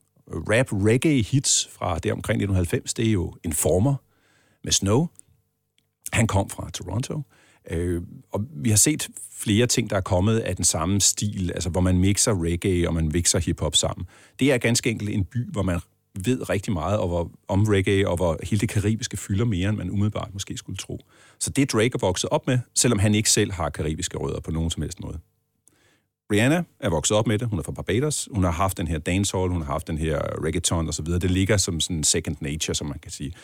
rap-reggae-hits fra der omkring nitten halvfems, det er jo Informer med Snow. Han kom fra Toronto, øh, og vi har set flere ting, der er kommet af den samme stil, altså hvor man mixer reggae og man mixer hiphop sammen. Det er ganske enkelt en by, hvor man ved rigtig meget og hvor, om reggae, og hvor hele det karibiske fylder mere, end man umiddelbart måske skulle tro. Så det Drake er vokset op med, selvom han ikke selv har karibiske rødder på nogen som helst måde. Rihanna er vokset op med det, hun er fra Barbados, hun har haft den her dancehall, hun har haft den her reggaeton og så videre. Det ligger som sådan second nature, som man kan sige.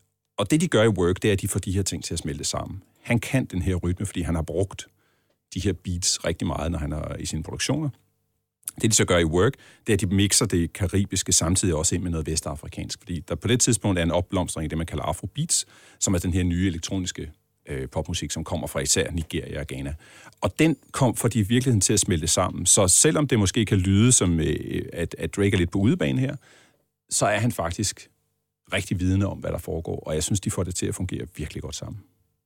Og det, de gør i Work, det er, at de får de her ting til at smelte sammen. Han kan den her rytme, fordi han har brugt de her beats rigtig meget, når han er i sine produktioner. Det, de så gør i Work, det er, at de mixer det karibiske samtidig også ind med noget vestafrikansk. Fordi der på det tidspunkt er en opblomstring i det, man kalder afrobeats, som er den her nye elektroniske øh, popmusik, som kommer fra især Nigeria og Ghana. Og den kom for de virkeligheden til at smelte sammen. Så selvom det måske kan lyde som, øh, at, at Drake er lidt på udebane her, så er han faktisk rigtig vidende om, hvad der foregår, og jeg synes, de får det til at fungere virkelig godt sammen.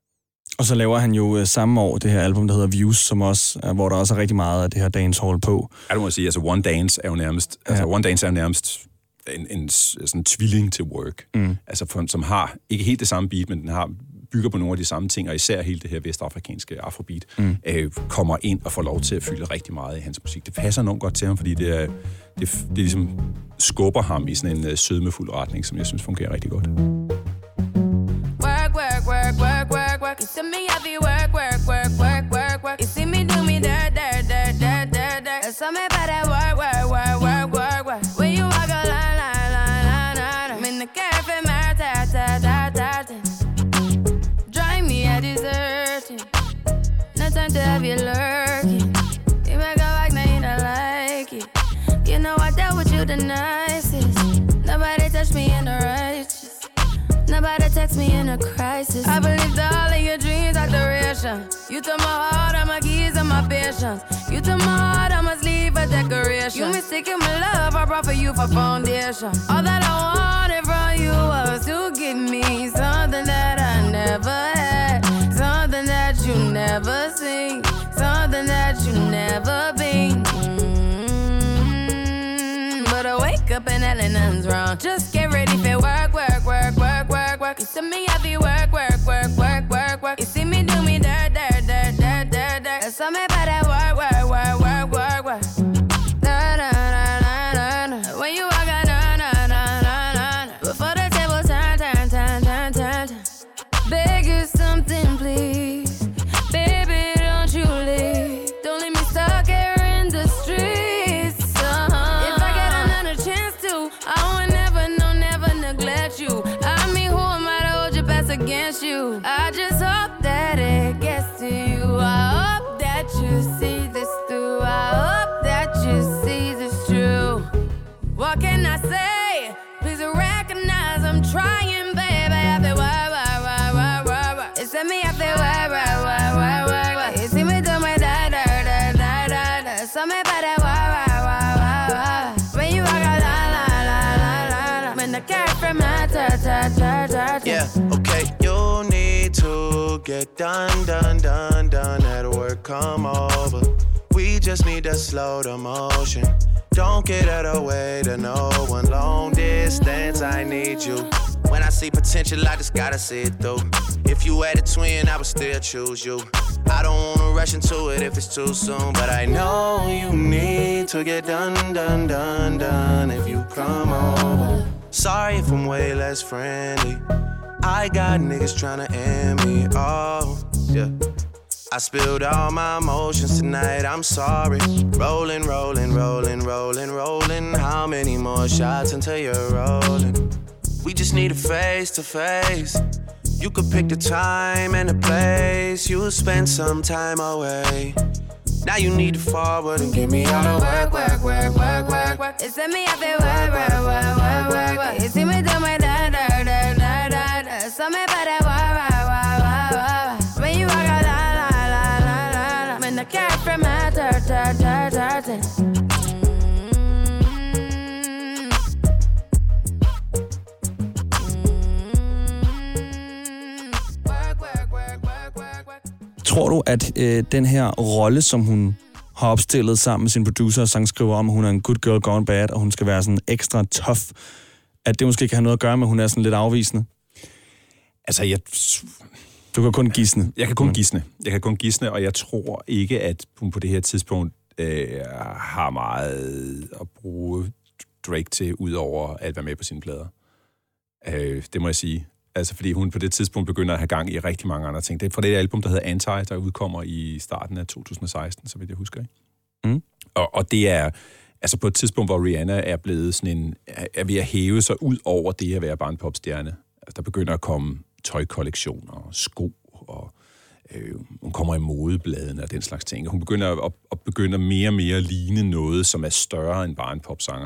Og så laver han jo samme år det her album, der hedder Views, som også, hvor der også er rigtig meget af det her dancehall på. Ja, du må sige, altså One Dance er jo nærmest, ja. altså One Dance er jo nærmest en, en sådan en tvilling til Work, mm. altså for, som har ikke helt det samme beat, men den har bygger på nogle af de samme ting, og især hele det her vestafrikanske afrobeat, mm. øh, kommer ind og får lov til at fylde rigtig meget i hans musik. Det passer enormt godt til ham, fordi det, er, det, det ligesom skubber ham i sådan en uh, sødmefuld retning, som jeg synes fungerer rigtig godt. Work, work, work, work, work, work. You see me heavy work, work, work, work, work, work. You see me do me dirt, dirt, dirt, dirt, dirt, dirt. So me by that work, work, work, work, work, work. When you walk a line, line, line, line, line. I'm in the cafe, my ta, ta, ta, ta, ta. Drive me a deserting. No time to have you lurking. You make a back, now you don't like it. You know I dealt with you the nicest. Nobody touched me in the righteous. Nobody text me in a crisis. I believed all of your dreams are duration. You took my heart, all my keys, and my patience. You took my heart, I must leave a decoration. You mistaken my love, I brought for you for foundation. All that I wanted from you was to give me something that I never had, something that you never seen, something that you never been. Mm-hmm. But I wake up and hell and nothing's wrong. Just get ready for work, work, work, work, work, work. You see me heavy work, work, work, work, work, work. You see me do me dirt, dirt, dirt, dirt, dirt, dirt. So me by that work, work, work, work, work, work. Na na na na na na. When you walk out, na na na na na na. Before the table turn, turn, turn, turn, turn, turn. Beg you something, please, baby, don't you leave. Don't leave me stuck here in the streets. Uh-huh. If I get another chance to, I would never, no, never neglect you. I mean, who am I to hold your best against you? I just hope that it gets to you. I hope that you see this through. I hope that you see this true. What can I say? Please recognize I'm trying, baby. I feel why, why, why, why, why, why. It's me, I feel why, why, why, why, why, why. You see me do my da, da, da, da, da, da. So me by that why, why, why, why, from my dirt, dirt, dirt, dirt. Yeah, okay. You need to get done, done, done, done. At work, come over. We just need to slow the motion. Don't get out of the way to no one. Long distance, I need you. When I see potential, I just gotta see it through. If you had a twin, I would still choose you. I don't wanna rush into it if it's too soon, but I know you need to get done, done, done, done if you come over. Sorry if I'm way less friendly. I got niggas tryna end me, oh, yeah. I spilled all my emotions tonight, I'm sorry. Rolling, rolling, rolling, rolling, rolling. How many more shots until you're rolling? We just need a face to face. You could pick the time and the place. You'll spend some time away. Now you need to forward and give me all the work, work, work, work, work, work. It's me up there, work, work, work, work, work, work. You see me do my da da da da da da. So me by that work, work, work, work, work. When you walk out, la la la la la la. When the cat from my dirt, dirt, dirt, dirt, dirt. Tror du, at øh, den her rolle, som hun har opstillet sammen med sin producer og sangskriver om, at hun er en good girl gone bad, og hun skal være sådan ekstra tough, at det måske kan have noget at gøre med, at hun er sådan lidt afvisende? Altså, jeg... Du kan kun gisne. Jeg kan kun mm. gisne. Jeg kan kun gisne, og jeg tror ikke, at hun på det her tidspunkt øh, har meget at bruge Drake til, udover at være med på sine plader. Øh, det må jeg sige. Altså, fordi hun på det tidspunkt begynder at have gang i rigtig mange andre ting. Det er fra det album, der hedder Anti, der udkommer i starten af to tusind og seksten, så vidt jeg husker, ikke? Mm. Og, og det er altså på et tidspunkt, hvor Rihanna er blevet sådan en... er ved at hæve sig ud over det at være bare en popstjerne. Altså, der begynder at komme tøjkollektioner og sko, og øh, hun kommer i modebladene og den slags ting. Hun begynder at, at begynde mere og mere at ligne noget, som er større end bare en popsanger.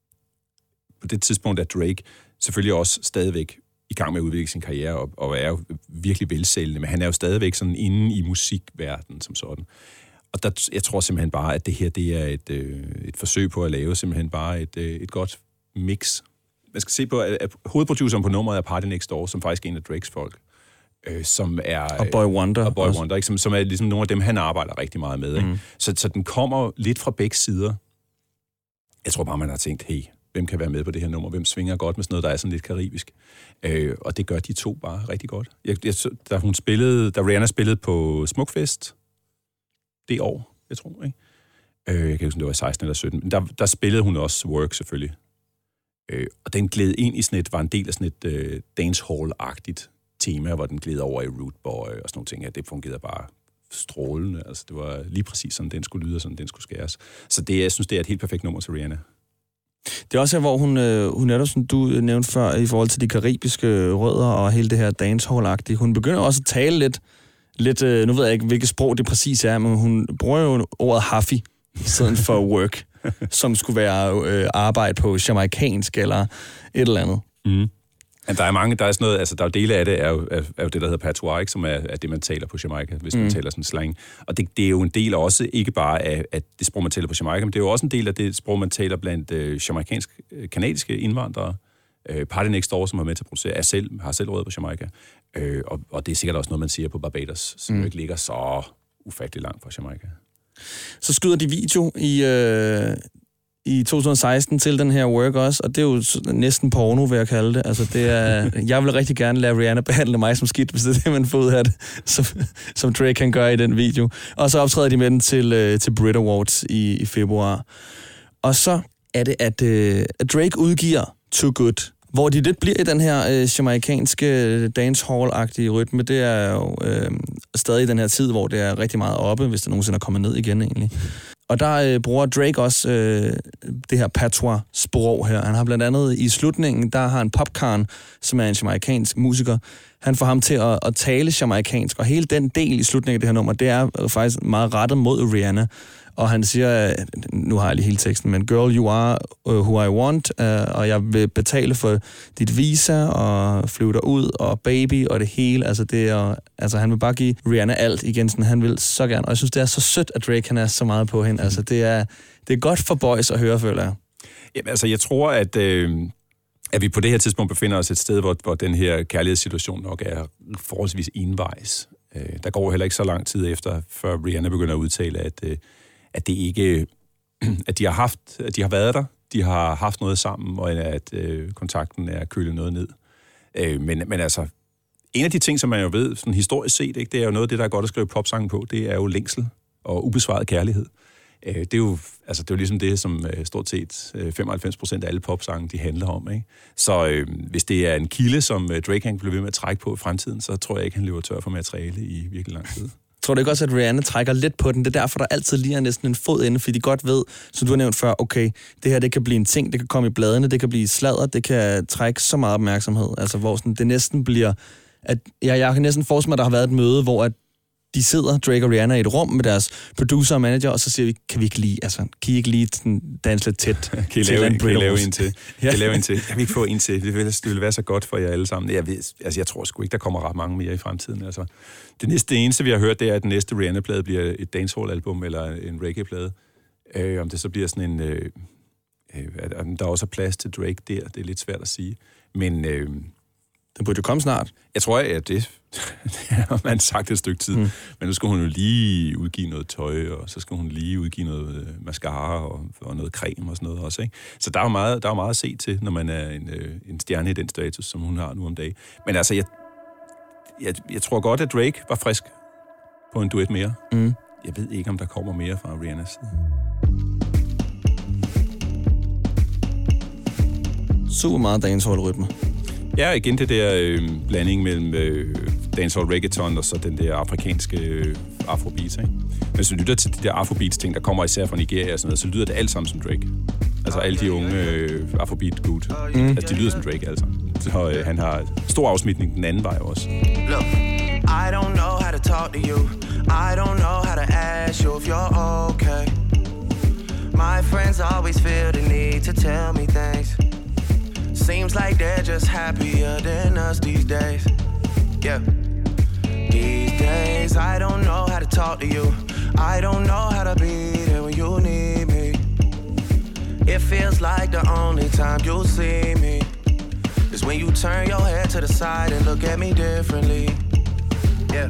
På det tidspunkt er Drake selvfølgelig også stadigvæk i gang med at udvikle sin karriere, og, og er jo virkelig velsælgende, men han er jo stadigvæk sådan inde i musikverdenen som sådan. Og der, jeg tror simpelthen bare, at det her, det er et, øh, et forsøg på at lave simpelthen bare et, øh, et godt mix. Man skal se på, at, at hovedproduceren på nummeret er Party Next Door, som faktisk er en af Drakes folk, øh, som er... Og Boy Wonder. Og Boy Wonder, ikke? Som, som er ligesom nogle af dem, han arbejder rigtig meget med. Ikke? Mm. Så, så den kommer lidt fra begge sider. Jeg tror bare, man har tænkt, hey, hvem kan være med på det her nummer? Hvem svinger godt med sådan noget, der er sådan lidt karibisk? Øh, og det gør de to bare rigtig godt. Jeg, jeg, da hun spillede, da Rihanna spillede på Smukfest det år, jeg tror, ikke? Øh, jeg kan ikke huske, det var seksten eller sytten, men der, der spillede hun også Work, selvfølgelig. Øh, og den gled ind i sådan et, var en del af sådan et uh, dancehall-agtigt tema, hvor den gled over i Root Boy og sådan nogle ting. Ja, det fungerede bare strålende. Altså, det var lige præcis sådan, den skulle lyde, og sådan den skulle skæres. Så det, jeg synes, det er et helt perfekt nummer til Rihanna. Det er også her, hvor hun, øh, hun er der, som du nævnte før, i forhold til de karibiske rødder og hele det her dancehall-agtige. Hun begynder også at tale lidt, lidt øh, nu ved jeg ikke, hvilket sprog det præcis er, men hun bruger jo ordet haffy i stedet for work, som skulle være øh, arbejde på jamaikansk eller et eller andet. Mm. Ja, der er mange, der er sådan noget, altså der er jo dele af det, er jo, er, er jo det, der hedder patois, som er, er det, man taler på Jamaica, hvis mm. man taler sådan slang. Og det, det er jo en del også, ikke bare af, af det sprog, man taler på Jamaica, men det er jo også en del af det sprog, man taler blandt øh, jamaikansk-kanadiske indvandrere. Øh, Party Next Door, som har med til at producere, er selv, har selv rødder på Jamaica. Øh, og, og det er sikkert også noget, man siger på Barbados, som mm. jo ikke ligger så ufattelig langt fra Jamaica. Så skyder de video i... Øh i to tusind og seksten til den her Work også, og det er jo næsten porno, vil jeg kalde det. Altså, det er, jeg vil rigtig gerne lade Rihanna behandle mig som skidt, hvis det er det, man får ud af det, som, som Drake kan gøre i den video. Og så optræder de med den til, til Brit Awards i, i februar. Og så er det, at, at Drake udgiver Too Good, hvor de lidt bliver i den her øh, jamaikanske dancehall-agtige rytme. Det er jo øh, stadig i den her tid, hvor det er rigtig meget oppe, hvis det nogensinde er kommet ned igen egentlig. Og der øh, bruger Drake også øh, det her patois-sprog her. Han har blandt andet i slutningen, der har en Popcorn, som er en jamaikansk musiker. Han får ham til at, at tale jamaikansk, og hele den del i slutningen af det her nummer, det er faktisk meget rettet mod Rihanna. Og han siger, nu har jeg lige hele teksten, men girl, you are who I want, uh, og jeg vil betale for dit visa, og flyve dig ud, og baby, og det hele. Altså, det er, altså, han vil bare give Rihanna alt igen, sådan, han vil så gerne. Og jeg synes, det er så sødt, at Drake han er så meget på hende. Altså, det er, det er godt for boys at høre, føler jeg. Jamen, altså, jeg tror, at... Øh at vi på det her tidspunkt befinder os et sted, hvor, hvor den her kærlighedssituation nok er forholdsvis envejs. Øh, der går heller ikke så lang tid efter, før Rihanna begynder at udtale, at, øh, at det ikke, at de har haft, at de har været der, de har haft noget sammen, og at øh, kontakten er kølet noget ned. Øh, men, men altså, en af de ting, som man jo ved, sådan historisk set, ikke, det er jo noget af det, der er godt at skrive popsange på, det er jo længsel og ubesvaret kærlighed. Det er jo, altså, det er jo ligesom det, som stort set femoghalvfems procent af alle popsange, de handler om. Ikke? Så øh, hvis det er en kilde, som Drake han bliver ved med at trække på i fremtiden, så tror jeg ikke, han løber tør for materiale i virkelig lang tid. Tror du ikke også, at Rihanna trækker lidt på den? Det er derfor, der altid lige er næsten en fod inde, fordi de godt ved, som du har nævnt før, okay, det her det kan blive en ting, det kan komme i bladene, det kan blive sladder, det kan trække så meget opmærksomhed. Altså, hvor sådan, det næsten bliver... At, ja, jeg kan næsten forestille mig, at der har været et møde, hvor at de sidder, Drake og Rihanna, i et rum med deres producer og manager, og så siger vi, kan vi ikke lige, altså, kan I ikke lige danse lidt tæt? Kan I lave, en, kan I lave en til? Ja. Kan I lave en til? Kan vi ikke få en til? Det ville, det ville være så godt for jer alle sammen. Jeg, ved, altså, jeg tror sgu ikke, der kommer ret mange mere i fremtiden. Altså, det næste det eneste, vi har hørt, det er, at den næste Rihanna-plade bliver et dancehall-album eller en reggae-plade. Øh, om det så bliver sådan en... Øh, øh, der er også plads til Drake der, det er lidt svært at sige. Men... Øh, den burde jo komme snart. Jeg tror, at det, det har man sagt et stykke tid. Mm. Men nu skal hun jo lige udgive noget tøj, og så skal hun lige udgive noget mascara og, og noget creme og sådan noget også. Ikke? Så der er jo meget, der er meget at se til, når man er en, en stjerne i den status, som hun har nu om dagen. Men altså, jeg, jeg, jeg tror godt, at Drake var frisk på en duet mere. Mm. Jeg ved ikke, om der kommer mere fra Rihannas side. Super meget dancehall-rytme. Ja, igen det der øh, blanding mellem øh, dancehall reggaeton og så den der afrikanske øh, afrobeats, ikke? Men hvis du lytter til de der afrobeats-ting, der kommer især fra Nigeria og sådan noget, så lyder det alt sammen som Drake. Altså alle de unge øh, afrobeat-gut. Mm. Altså de lyder som Drake alle sammen. Så øh, han har stor afsmitning den anden vej også. Look, I don't know how to talk to you. I don't know how to ask you if you're okay. My friends always feel the need to tell me things. Seems like they're just happier than us these days. Yeah. These days, I don't know how to talk to you. I don't know how to be there when you need me. It feels like the only time you'll see me is when you turn your head to the side and look at me differently. Yeah.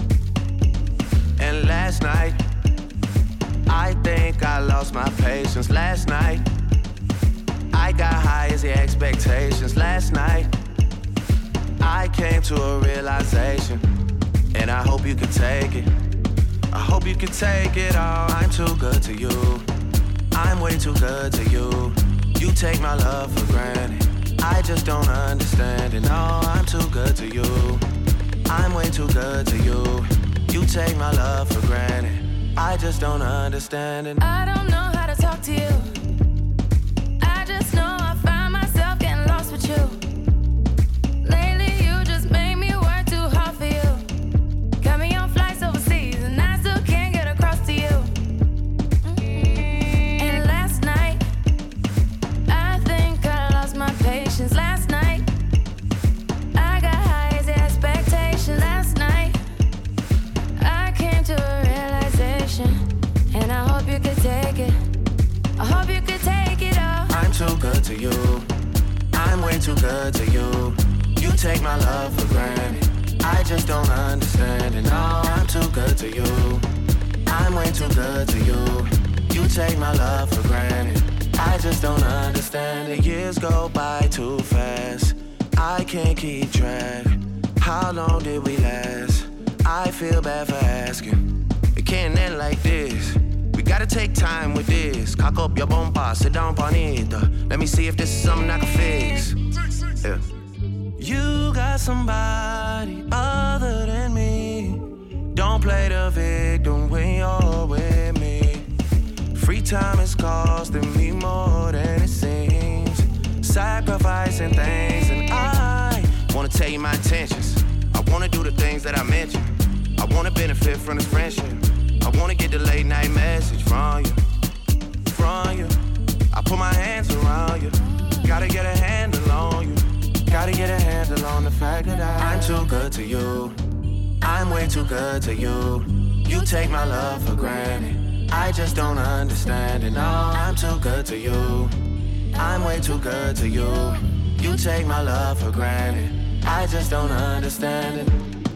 And last night, I think I lost my patience. Last night, I got high as the expectations. Last night, I came to a realization, and I hope you can take it. I hope you can take it all. I'm too good to you. I'm way too good to you. You take my love for granted. I just don't understand it. No, I'm too good to you. I'm way too good to you. You take my love for granted. I just don't understand it. I don't know how to talk to you. I just know I find myself getting lost with you. Lately you just make me work too hard for you. Got me on flights overseas and I still can't get across to you. And last night, I think I lost my patience. Last night, I got high as the expectation. Last night, I came to a realization, and I hope you could take it. I hope you could take it all. I'm too good to you. I'm way too good to you. You take my love for granted. I just don't understand it. No, I'm too good to you. I'm way too good to you. You take my love for granted. I just don't understand it. Years go by too fast. I can't keep track. How long did we last? I feel bad for asking. It can't end like this. We gotta take time with this. Cock up your bumper, sit down on it. Let me see if this is something I can fix. Yeah. You got somebody other than me. Don't play the victim when you're with me. Free time is costing me more than it seems. Sacrificing things, and I wanna tell you my intentions. I wanna do the things that I mentioned. I wanna benefit from this friendship. I wanna get the late night message from you, from you. I put my hands around you. Gotta get a handle on you. Gotta get a handle on the fact that I, I'm too good to you. I'm way too good to you. You take my love for granted. I just don't understand it. No, I'm too good to you. I'm way too good to you. You take my love for granted. I just don't understand it.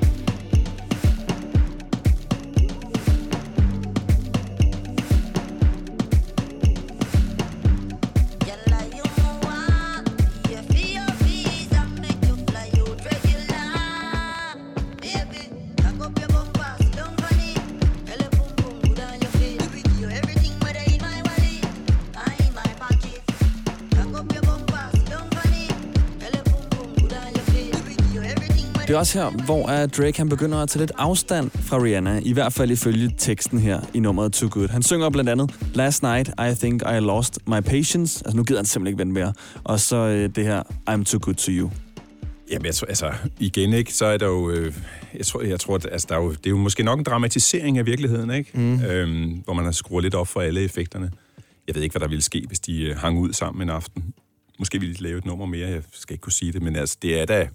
Det er også her, hvor Drake han begynder at tage lidt afstand fra Rihanna, i hvert fald ifølge teksten her i nummeret Too Good. Han synger blandt andet, Last night I think I lost my patience. Altså nu gider han simpelthen ikke vente mere. Og så øh, det her, I'm too good to you. Jamen, jeg tror, altså, igen, ikke, så er der jo, øh, jeg tror, jeg tror at, altså, der er jo, det er jo måske nok en dramatisering af virkeligheden, ikke? Mm. Øhm, hvor man har skruet lidt op for alle effekterne. Jeg ved ikke, hvad der ville ske, hvis de øh, hang ud sammen en aften. Måske ville de lave et nummer mere, jeg skal ikke kunne sige det, men altså, det er da...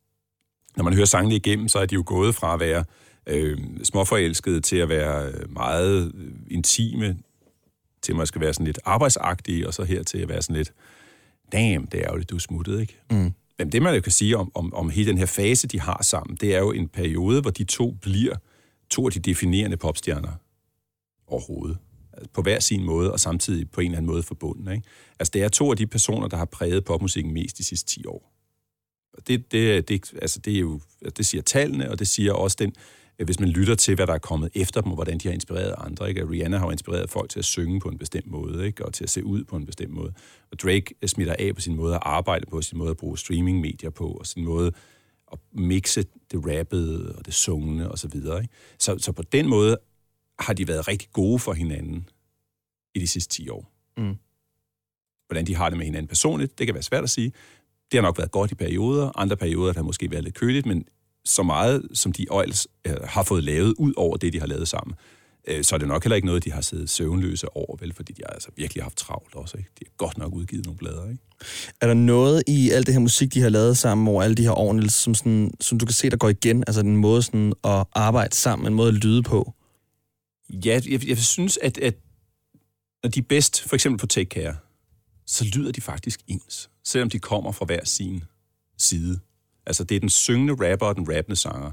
Når man hører sangene igennem, så er de jo gået fra at være øh, småforelskede til at være meget intime, til at man skal være sådan lidt arbejdsagtige, og så her til at være sådan lidt, damn, det er jo lidt, du er smuttet, ikke? Mm. Men det, man jo kan sige om, om, om hele den her fase, de har sammen, det er jo en periode, hvor de to bliver to af de definerende popstjerner overhovedet. Altså på hver sin måde, og samtidig på en eller anden måde forbundet, ikke? Altså, det er to af de personer, der har præget popmusikken mest de sidste ti år. Det, det, det, altså det, er jo, det siger tallene, og det siger også den, hvis man lytter til, hvad der er kommet efter dem, og hvordan de har inspireret andre. Ikke? Rihanna har jo inspireret folk til at synge på en bestemt måde, ikke? Og til at se ud på en bestemt måde. Og Drake smitter af på sin måde at arbejde på, sin måde at bruge streamingmedier på, og sin måde at mixe det rappede og det sungende osv. Så, så, så på den måde har de været rigtig gode for hinanden i de sidste ti år. Mm. Hvordan de har det med hinanden personligt, det kan være svært at sige. Det har nok været godt i perioder. Andre perioder der har måske været lidt køligt, men så meget, som de ellers øh, har fået lavet ud over det, de har lavet sammen, øh, så er det nok heller ikke noget, de har siddet søvnløse over, vel, fordi de har altså virkelig haft travlt også, ikke? De har godt nok udgivet nogle blader, ikke? Er der noget i alt det her musik, de har lavet sammen over alle de her år, som, sådan, som du kan se, der går igen? Altså en måde sådan at arbejde sammen, en måde at lyde på? Ja, jeg, jeg synes, at, at når de er bedst, for eksempel på Take Care, så lyder de faktisk ens, selvom de kommer fra hver sin side. Altså, det er den syngende rapper og den rappende sanger.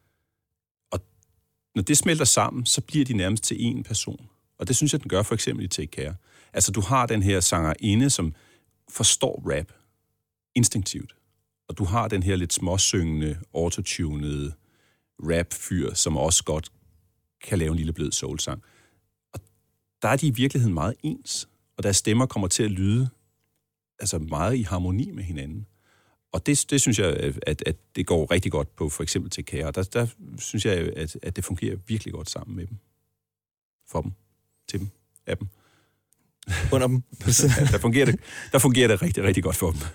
Og når det smelter sammen, så bliver de nærmest til én person. Og det synes jeg, den gør for eksempel i Take Care. Altså, du har den her sangerinde, som forstår rap instinktivt. Og du har den her lidt småsyngende, autotunede rap-fyr, som også godt kan lave en lille blød soul-sang. Og der er de i virkeligheden meget ens. Og deres stemmer kommer til at lyde altså meget i harmoni med hinanden. Og det, det synes jeg, at, at det går rigtig godt på for eksempel til Care. Der, der synes jeg, at, at det fungerer virkelig godt sammen med dem. For dem. Til dem. Af dem. Under dem. der, fungerer det, der fungerer det rigtig, rigtig godt for dem.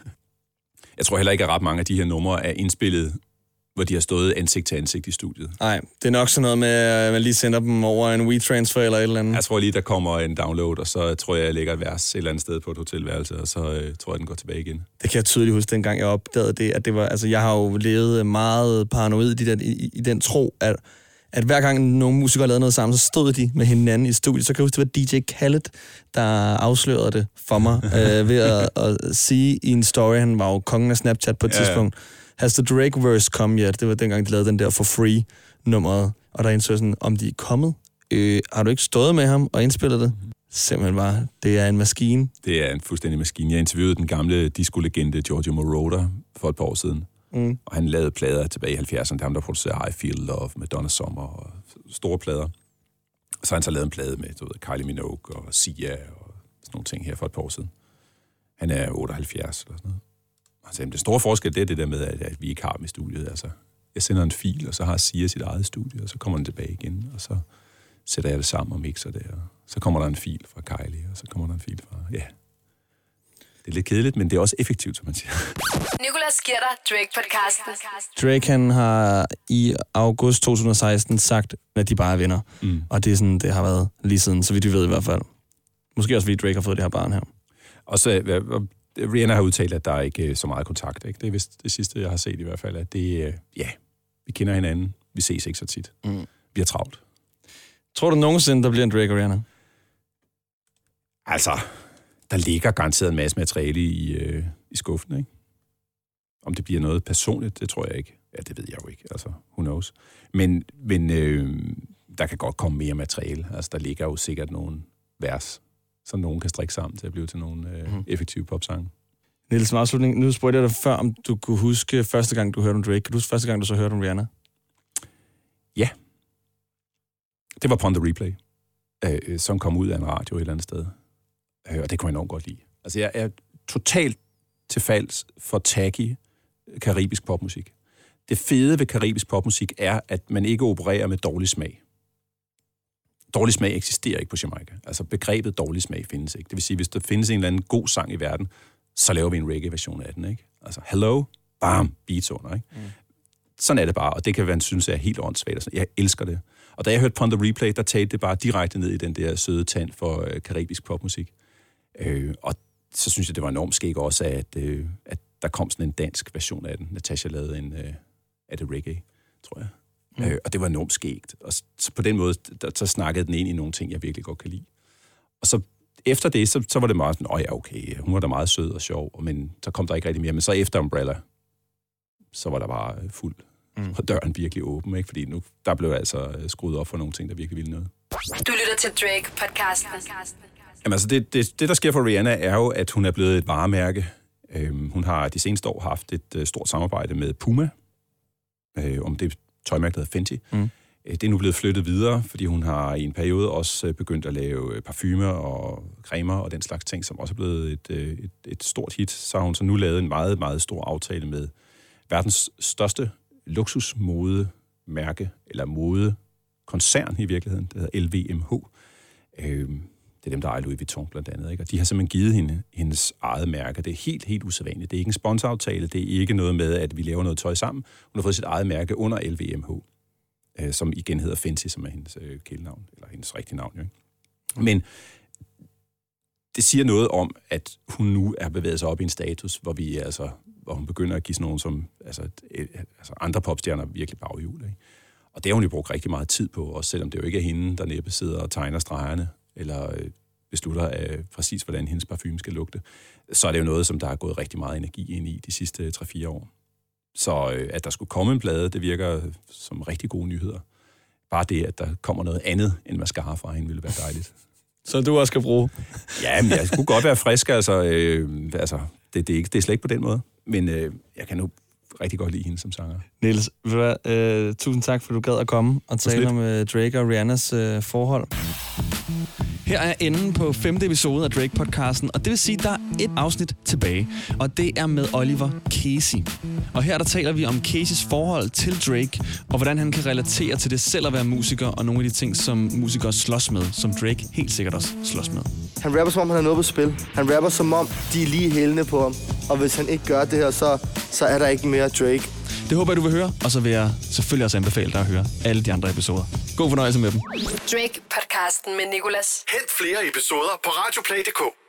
Jeg tror heller ikke, at ret mange af de her numre er indspillet, hvor de har stået ansigt til ansigt i studiet. Nej, det er nok sådan noget med, at man lige sender dem over en WeTransfer eller et eller andet. Jeg tror lige, der kommer en download, og så tror jeg, jeg lægger et vers et eller andet sted på et hotelværelse, og så øh, tror jeg, den går tilbage igen. Det kan jeg tydeligt huske, dengang jeg opdagede det, at det var, altså jeg har jo levet meget paranoid i den, i, i den tro, at, at hver gang nogle musikere lavede noget sammen, så stod de med hinanden i studiet. Så kan jeg huske, det var D J Khaled, der afslørede det for mig, øh, ved at, at sige i en story, han var jo kongen af Snapchat på et ja, tidspunkt, ja. Has the Drake-verse come yet? Det var dengang, de lavede den der For Free-nummeret. Og der indså sådan, om de er kommet. Øh, har du ikke stået med ham og indspillet det? Mm-hmm. Simpelthen bare, det er en maskine. Det er en fuldstændig maskine. Jeg interviewede den gamle disco-legende Giorgio Moroder for et par år siden. Mm. Og han lavede plader tilbage i halvfjerdserne. Det er ham, der producerede I Feel Love med Donna Summer og store plader. Og så har han så lavet en plade med du ved, Kylie Minogue og Sia og sådan nogle ting her for et par år siden. Han er otteoghalvfjerds eller sådan noget. Altså, det store forskel, det er det der med, at vi ikke har dem i studiet. Altså, jeg sender en fil, og så har Sia sit eget studie, og så kommer den tilbage igen, og så sætter jeg det sammen og mixer det, og så kommer der en fil fra Kylie, og så kommer der en fil fra... Ja. Det er lidt kedeligt, men det er også effektivt, som man siger. Nicolas giver dig Drake-podcasten. Drake, han har i august to tusind og seksten sagt, at de bare er venner. Mm. Og det er sådan, det har været lige siden, så vidt vi ved i hvert fald. Måske også, fordi Drake har fået det her barn her. Og så... Rihanna har udtalt, at der er ikke så meget kontakt. Ikke? Det er vist det sidste, jeg har set i hvert fald, at det, ja, vi kender hinanden. Vi ses ikke så tit. Mm. Vi er travlt. Tror du nogensinde, der bliver en Drake og Rihanna? Altså, der ligger garanteret en masse materiale i, øh, i skuffen, ikke? Om det bliver noget personligt, det tror jeg ikke. Ja, det ved jeg jo ikke. Altså, who knows. Men, men øh, der kan godt komme mere materiale. Altså, der ligger jo sikkert nogle vers, som nogen kan strikke sammen til at blive til nogle øh, mm. effektive popsange. Niels, som afslutning, nu spurgte jeg dig før, om du kunne huske første gang, du hørte om Drake. Kan du huske første gang, du så hørte om Rihanna? Ja. Det var Pon the Replay, øh, som kom ud af en radio et eller andet sted. Øh, og det kunne jeg enormt godt lide. Altså, jeg er totalt til falds for tacky karibisk popmusik. Det fede ved karibisk popmusik er, at man ikke opererer med dårlig smag. Dårlig smag eksisterer ikke på Jamaica. Altså, begrebet dårlig smag findes ikke. Det vil sige, hvis der findes en eller anden god sang i verden, så laver vi en reggae-version af den, ikke? Altså, hello, bam, beats under, ikke? Mm. Sådan er det bare, og det kan man synes er helt åndssvagt. Jeg elsker det. Og da jeg hørte Pon the Replay, der talte det bare direkte ned i den der søde tand for øh, karibisk popmusik. Øh, og så synes jeg, det var enormt skæg også, at, øh, at der kom sådan en dansk version af den. Natasha lavede en øh, af det reggae, tror jeg. Mm. Øh, og det var enormt skægt. Og så på den måde, der, så snakkede den ind i nogle ting, jeg virkelig godt kan lide. Og så efter det, så, så var det meget sådan, åh ja, okay, hun var da meget sød og sjov, men så kom der ikke rigtig mere. Men så efter Umbrella, så var der bare fuld. Mm. Og døren virkelig åben, ikke? Fordi nu, der blev altså skruet op for nogle ting, der virkelig ville noget. Du lytter til Drake-podcasten. Jamen altså, det, det, det der sker for Rihanna, er jo, at hun er blevet et varemærke. Øhm, hun har de seneste år haft et uh, stort samarbejde med Puma, øh, om det tøjmærke, der hedder Fenty. Mm. Det er nu blevet flyttet videre, fordi hun har i en periode også begyndt at lave parfumer og cremer og den slags ting, som også er blevet et, et, et stort hit. Så har hun så nu lavet en meget, meget stor aftale med verdens største luksusmodemærke, eller modekoncern i virkeligheden, det hedder L V M H. Øhm, det er dem, der ejer Louis Vuitton blandt andet, ikke? Og de har simpelthen givet hende hendes eget mærke. Det er helt, helt usædvanligt. Det er ikke en sponsoraftale, det er ikke noget med, at vi laver noget tøj sammen. Hun har fået sit eget mærke under L V M H, øh, som igen hedder Fenty, som er hendes øh, kælenavn, eller hendes rigtige navn, jo, ikke? Men det siger noget om, at hun nu er bevæget sig op i en status, hvor vi altså, hvor hun begynder at give sådan nogen som altså, et, altså andre popstjerner virkelig baghjul, ikke? Og det har hun jo brugt rigtig meget tid på, også selvom det jo ikke er hende, der næppe sidder og tegner stregerne, eller øh, beslutter af præcis, hvordan hendes parfume skal lugte. Så er det jo noget, som der har gået rigtig meget energi ind i de sidste tre fire år. Så øh, at der skulle komme en plade, det virker som rigtig gode nyheder. Bare det, at der kommer noget andet end mascara fra hende, ville være dejligt. Så du også skal bruge? Ja, men jeg kunne godt være frisk, altså. Øh, altså det, det, er ikke, det er slet ikke på den måde. Men øh, jeg kan nu rigtig godt lide hende som sanger. Niels, ved du hvad, øh, tusind tak, for du gad at komme og tale om øh, Drake og Rihannas øh, forhold. Her er enden på femte episode af Drake-podcasten, og det vil sige, at der er et afsnit tilbage, og det er med Oliver Casey. Og her der taler vi om Caseys forhold til Drake, og hvordan han kan relatere til det selv at være musiker, og nogle af de ting, som musikere slås med, som Drake helt sikkert også slås med. Han rapper, som om han har noget på spil. Han rapper, som om de er lige hælende på ham. Og hvis han ikke gør det her, så, så er der ikke mere Drake. Det håber jeg, du vil høre, og så vil jeg selvfølgelig også anbefale dig at høre alle de andre episoder. God fornøjelse med dem. Drake-podcasten med Nicolas. Hent flere episoder på radioplay punktum d k.